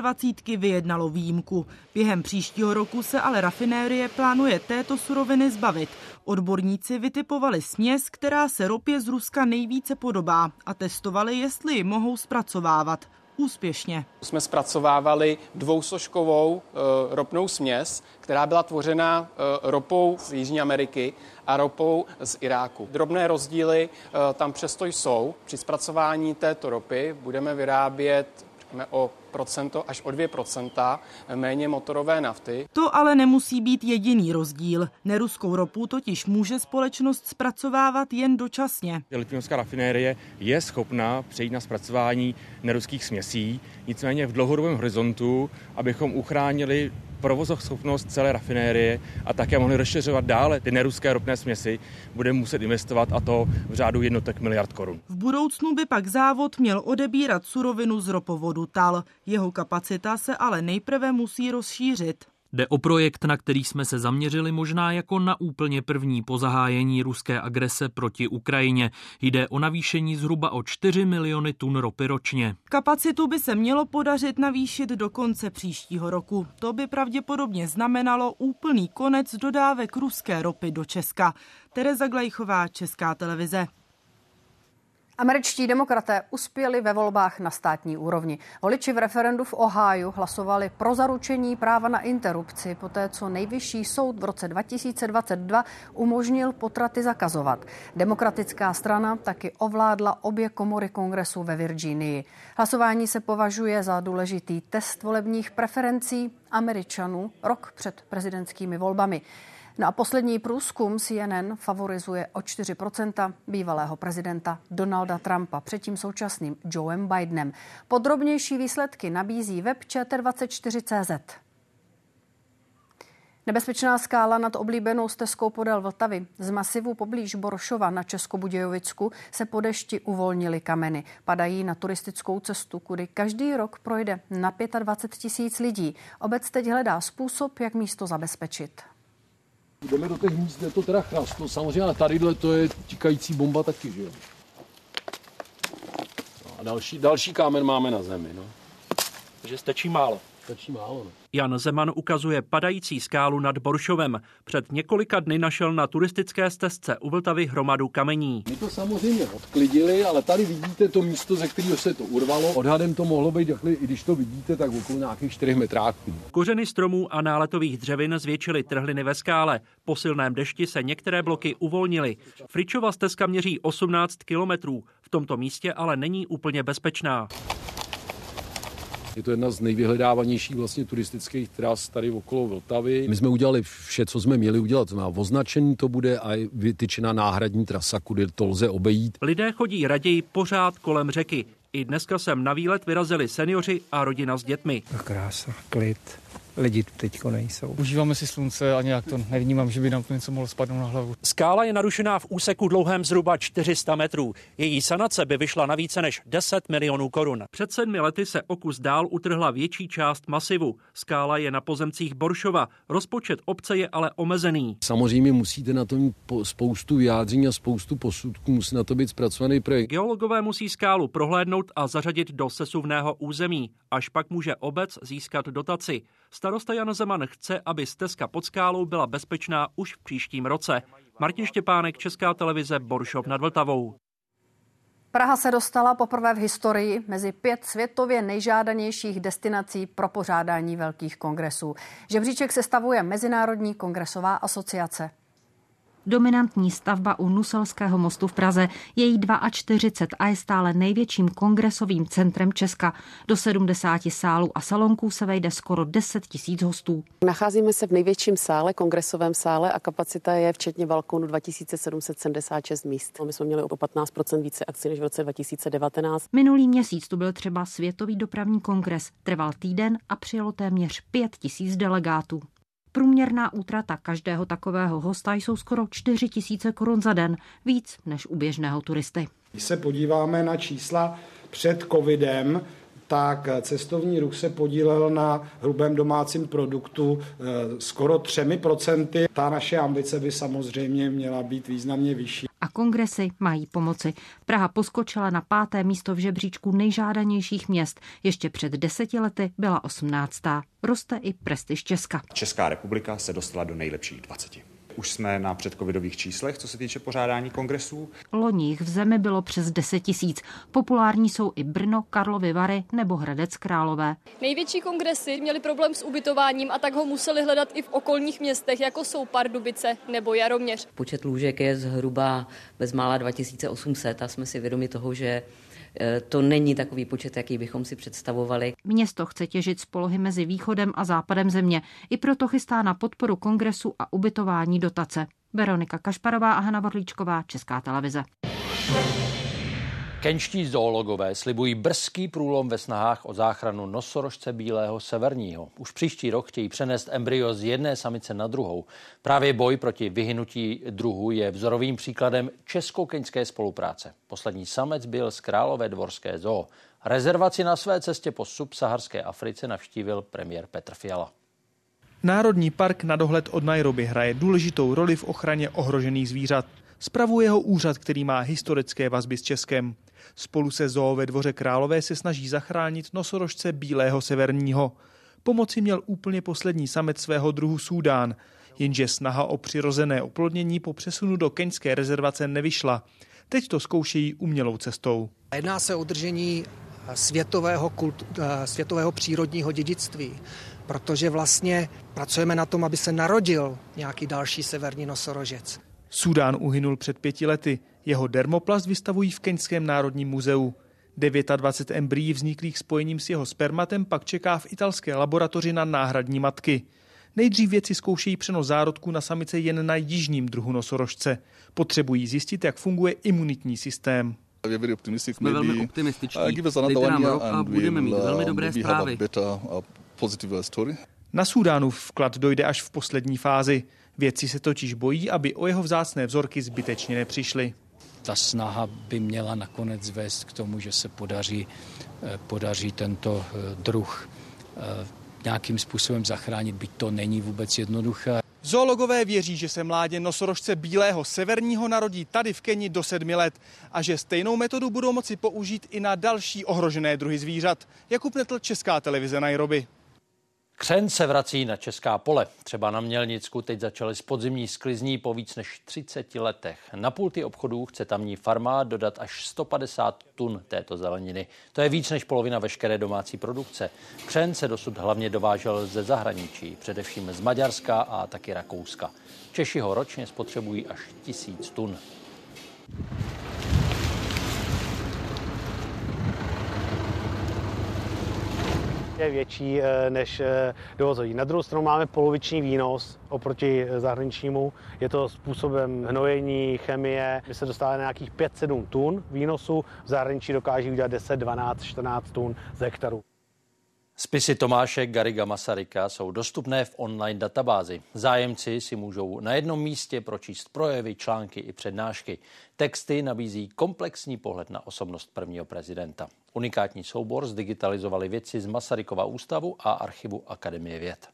S7: 27 vyjednalo výjimku. Během příštího roku se ale rafinérie plánuje této suroviny zbavit. Odborníci vytipovali směs, která se ropě z Ruska nejvíce podobá a testovali, jestli ji mohou zpracovávat. Úspěšně.
S18: Jsme zpracovávali dvousložkovou ropnou směs, která byla tvořena ropou z Jižní Ameriky a ropou z Iráku. Drobné rozdíly tam přesto jsou. Při zpracování této ropy budeme vyrábět o 1% až o 2% méně motorové nafty.
S7: To ale nemusí být jediný rozdíl. Neruskou ropu totiž může společnost zpracovávat jen dočasně.
S20: Litvínovská rafinérie je schopna přejít na zpracování neruských směsí, nicméně v dlouhodobém horizontu, abychom uchránili provozoschopnost celé rafinérie a také mohli rozšiřovat dále ty neruské ropné směsi, bude muset investovat, a to v řádu jednotek miliard korun.
S7: V budoucnu by pak závod měl odebírat surovinu z ropovodu TAL. Jeho kapacita se ale nejprve musí rozšířit.
S21: Jde o projekt, na který jsme se zaměřili možná jako na úplně první po zahájení ruské agrese proti Ukrajině. Jde o navýšení zhruba o 4 miliony tun ropy ročně.
S7: Kapacitu by se mělo podařit navýšit do konce příštího roku. To by pravděpodobně znamenalo úplný konec dodávek ruské ropy do Česka. Tereza Glejchová, Česká televize.
S3: Američtí demokraté uspěli ve volbách na státní úrovni. Voliči v referendu v Ohiu hlasovali pro zaručení práva na interrupci, poté co nejvyšší soud v roce 2022 umožnil potraty zakazovat. Demokratická strana taky ovládla obě komory kongresu ve Virginii. Hlasování se považuje za důležitý test volebních preferencí Američanů rok před prezidentskými volbami. No a poslední průzkum CNN favorizuje o 4% bývalého prezidenta Donalda Trumpa před tím současným Joem Bidenem. Podrobnější výsledky nabízí web ČT24.cz. Nebezpečná skála nad oblíbenou stezkou podél Vltavy. Z masivu poblíž Boršova na Českobudějovicku se po dešti uvolnily kameny. Padají na turistickou cestu, kudy každý rok projde na 25 000 lidí. Obec teď hledá způsob, jak místo zabezpečit.
S5: Jdeme do těch míst, kde to teda chrastlo. Samozřejmě, ale tadyhle to je tikající bomba taky, že jo. A další kámen máme na zemi, no.
S8: Takže stačí málo.
S5: Stačí málo, no.
S21: Jan Zeman ukazuje padající skálu nad Boršovem. Před několika dny našel na turistické stezce u Vltavy hromadu kamení.
S5: My to samozřejmě odklidili, ale tady vidíte to místo, ze kterého se to urvalo. Odhadem to mohlo být, i když to vidíte, tak okolo nějakých 4 metráků.
S21: Kořeny stromů a náletových dřevin zvětšily trhliny ve skále. Po silném dešti se některé bloky uvolnily. Fričova stezka měří 18 kilometrů. V tomto místě ale není úplně bezpečná.
S5: Je to jedna z nejvyhledávanějších vlastně turistických tras tady okolo Vltavy. My jsme udělali vše, co jsme měli udělat. Na označení to bude a je vytyčená náhradní trasa, kudy to lze obejít.
S21: Lidé chodí raději pořád kolem řeky. I dneska sem na výlet vyrazili seniori a rodina s dětmi.
S19: Krása, klid. Lidi tu teďko nejsou.
S22: Užíváme si slunce a nějak to nevnímám, že by nám to něco mohlo spadnout na hlavu.
S21: Skála je narušená v úseku dlouhém zhruba 400 metrů. Její sanace by vyšla na více než 10 milionů korun. Před 7 lety se o kus dál utrhla větší část masivu. Skála je na pozemcích Boršova. Rozpočet obce je ale omezený.
S5: Samozřejmě musíte na to mít spoustu vyjádření a spoustu posudků, musí na to být zpracovaný projekt.
S21: Geologové musí skálu prohlédnout a zařadit do sesuvného území. Až pak může obec získat dotaci. Starosta Jan Zeman chce, aby stezka pod skálou byla bezpečná už v příštím roce. Martin Štěpánek, Česká televize, Boršov nad Vltavou.
S3: Praha se dostala poprvé v historii mezi 5 světově nejžádanějších destinací pro pořádání velkých kongresů. Žebříček sestavuje Mezinárodní kongresová asociace.
S23: Dominantní stavba u Nuselského mostu v Praze je jí 42 a je stále největším kongresovým centrem Česka. Do 70 sálů a salonků se vejde skoro 10 000 hostů.
S24: Nacházíme se v největším sále, kongresovém sále, a kapacita je včetně balkónu 2776 míst. My jsme měli o 15% více akcí než v roce 2019.
S23: Minulý měsíc tu byl třeba Světový dopravní kongres. Trval týden a přijelo téměř 5 000 delegátů. Průměrná útrata každého takového hosta jsou skoro 4 000 korun za den, víc než u běžného turisty.
S25: Když se podíváme na čísla před covidem, tak cestovní ruch se podílel na hrubém domácím produktu skoro 3%. Ta naše ambice by samozřejmě měla být významně vyšší.
S23: A kongresy mají pomoci. Praha poskočila na 5. místo v žebříčku nejžádanějších měst. Ještě před 10 lety byla 18. Roste i prestiž Česka.
S27: Česká republika se dostala do nejlepších 20. Už jsme na předcovidových číslech, co se týče pořádání kongresů.
S23: Loni jich v zemi bylo přes 10 000. Populární jsou i Brno, Karlovy Vary nebo Hradec Králové.
S29: Největší kongresy měli problém s ubytováním a tak ho museli hledat i v okolních městech, jako jsou Pardubice nebo Jaroměř.
S30: Počet lůžek je zhruba bezmála 2800 a jsme si vědomi toho, že to není takový počet, jaký bychom si představovali.
S23: Město chce těžit z polohy mezi východem a západem země. I proto chystá na podporu kongresu a ubytování dotace. Veronika Kašparová a Hana Vorlíčková, Česká televize.
S2: Kenčtí zoologové slibují brzký průlom ve snahách o záchranu nosorožce bílého severního. Už příští rok chtějí přenést embryo z jedné samice na druhou. Právě boj proti vyhynutí druhu je vzorovým příkladem česko-keňské spolupráce. Poslední samec byl z Královédvorské zoo. Rezervaci na své cestě po subsaharské Africe navštívil premiér Petr Fiala.
S31: Národní park na dohled od Nairobi hraje důležitou roli v ochraně ohrožených zvířat. Spravuje ho úřad, který má historické vazby s Českem. Spolu se zoo ve Dvoře Králové se snaží zachránit nosorožce bílého severního. Pomoci měl úplně poslední samec svého druhu Súdán, jenže snaha o přirozené oplodnění po přesunu do keňské rezervace nevyšla. Teď to zkoušejí umělou cestou.
S32: Jedná se o udržení světového přírodního dědictví, protože vlastně pracujeme na tom, aby se narodil nějaký další severní nosorožec.
S31: Súdán uhynul před 5 lety. Jeho dermoplast vystavují v Keňském národním muzeu. 29 embryí vzniklých spojením s jeho spermatem pak čeká v italské laboratoři na náhradní matky. Nejdřív vědci zkoušejí přenos zárodků na samice jen na jižním druhu nosorožce. Potřebují zjistit, jak funguje imunitní systém.
S33: Jsme velmi optimističní. Dejte nám rok a budeme mít velmi dobré zprávy.
S31: Na Súdánův vklad dojde až v poslední fázi. Vědci se totiž bojí, aby o jeho vzácné vzorky zbytečně nepřišli.
S22: Ta snaha by měla nakonec vést k tomu, že se podaří tento druh nějakým způsobem zachránit, byť to není vůbec jednoduché.
S31: Zoologové věří, že se mládě nosorožce bílého severního narodí tady v Keni do 7 let a že stejnou metodu budou moci použít i na další ohrožené druhy zvířat. Jakub Netl, Česká televize, Nairobi.
S2: Křen se vrací na česká pole. Třeba na Mělnicku teď začaly s podzimní sklizní po víc než 30 letech. Na pulty obchodů chce tamní farma dodat až 150 tun této zeleniny. To je víc než polovina veškeré domácí produkce. Křen se dosud hlavně dovážel ze zahraničí, především z Maďarska a taky Rakouska. Češi ho ročně spotřebují až 1000 tun.
S4: Je větší než dovozový. Na druhou stranu máme poloviční výnos oproti zahraničnímu. Je to způsobem hnojení, chemie. My se dostáváme na nějakých 5-7 tun výnosu. V zahraničí dokáží udělat 10, 12, 14 tun z hektaru.
S2: Spisy Tomáše Garriga Masaryka jsou dostupné v online databázi. Zájemci si můžou na jednom místě pročíst projevy, články i přednášky. Texty nabízí komplexní pohled na osobnost prvního prezidenta. Unikátní soubor zdigitalizovali vědci z Masarykova ústavu a archivu Akademie věd.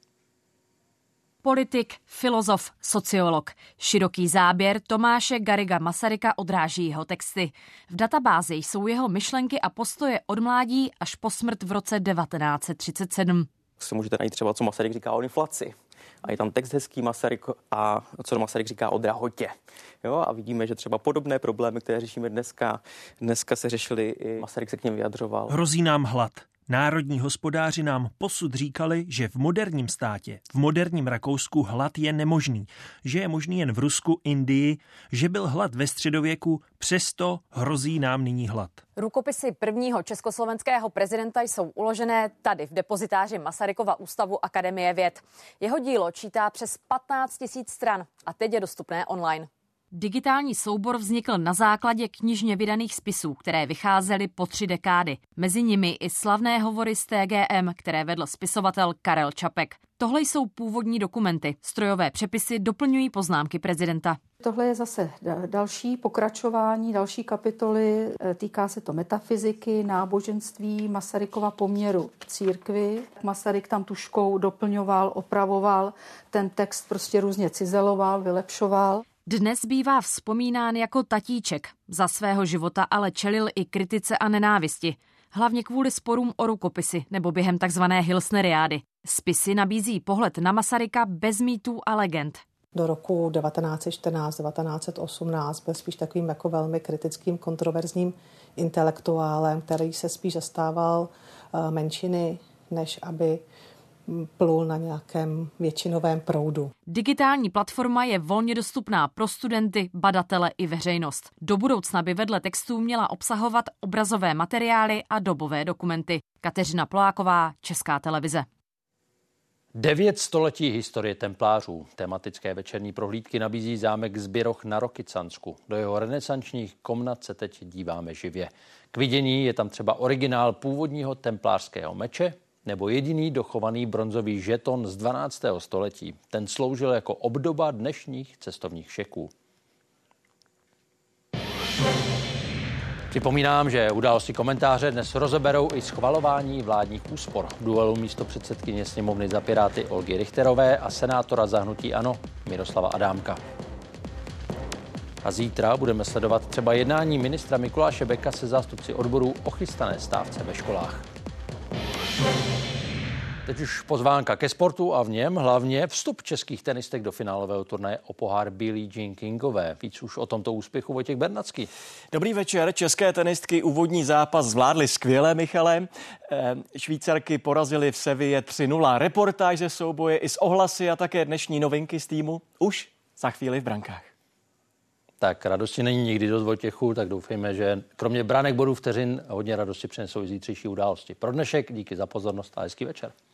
S6: Politik, filozof, sociolog. Široký záběr Tomáše Garriga Masaryka odráží jeho texty. V databázi jsou jeho myšlenky a postoje od mládí až po smrt v roce 1937.
S9: Si můžete najít třeba, co Masaryk říká o inflaci. A je tam text hezký Masaryk a co Masaryk říká o drahotě. Jo, a vidíme, že třeba podobné problémy, které řešíme dneska se řešily i Masaryk se k něm vyjadřoval.
S10: Hrozí nám hlad. Národní hospodáři nám posud říkali, že v moderním státě, v moderním Rakousku hlad je nemožný, že je možný jen v Rusku, Indii, že byl hlad ve středověku, přesto hrozí nám nyní hlad.
S11: Rukopisy prvního československého prezidenta jsou uložené tady v depozitáři Masarykova ústavu Akademie věd. Jeho dílo čítá přes 15 000 stran a teď je dostupné online.
S23: Digitální soubor vznikl na základě knižně vydaných spisů, které vycházely po 3 dekády. Mezi nimi i slavné hovory z TGM, které vedl spisovatel Karel Čapek. Tohle jsou původní dokumenty. Strojové přepisy doplňují poznámky prezidenta.
S12: Tohle je zase další pokračování, další kapitoly. Týká se to metafyziky, náboženství, Masarykova poměru církvi. Masaryk tam tužkou doplňoval, opravoval, ten text prostě různě cizeloval, vylepšoval.
S23: Dnes bývá vzpomínán jako tatíček. Za svého života ale čelil i kritice a nenávisti. Hlavně kvůli sporům o rukopisy nebo během takzvané Hilsneriády. Spisy nabízí pohled na Masaryka bez mýtů a legend.
S12: Do roku 1914, 1918 byl spíš takovým jako velmi kritickým, kontroverzním intelektuálem, který se spíš zastával menšiny, než aby plul na nějakém většinovém proudu.
S23: Digitální platforma je volně dostupná pro studenty, badatele i veřejnost. Do budoucna by vedle textů měla obsahovat obrazové materiály a dobové dokumenty. Kateřina Ploáková, Česká televize.
S2: 9 století historie templářů. Tematické večerní prohlídky nabízí zámek Zbiroch na Rokycansku. Do jeho renesančních komnat se teď díváme živě. K vidění je tam třeba originál původního templářského meče nebo jediný dochovaný bronzový žeton z 12. století. Ten sloužil jako obdoba dnešních cestovních šeků. Připomínám, že Události komentáře dnes rozeberou i schvalování vládních úspor. V duelu místopředsedkyně sněmovny za Piráty Olgy Richterové a senátora za hnutí ANO Miroslava Adámka. A zítra budeme sledovat třeba jednání ministra Mikuláše Beka se zástupci odborů o chystané stávce ve školách. Teď už pozvánka ke sportu a v něm hlavně vstup českých tenistek do finálového turnaje o pohár Billie Jean Kingové. Víc už o tomto úspěchu Vojtěch Bernacký.
S13: Dobrý večer. České tenistky úvodní zápas zvládly skvěle, Michale. Švýcarky porazily v Seville 3-0. Reportáž ze souboje i s ohlasy a také dnešní novinky z týmu už za chvíli v brankách.
S2: Tak radosti není nikdy dost, Vojtěchu, tak doufejme, že kromě branek bodů vteřin hodně radosti přinesou i zítřejší události. Pro dnešek díky za pozornost a hezký večer.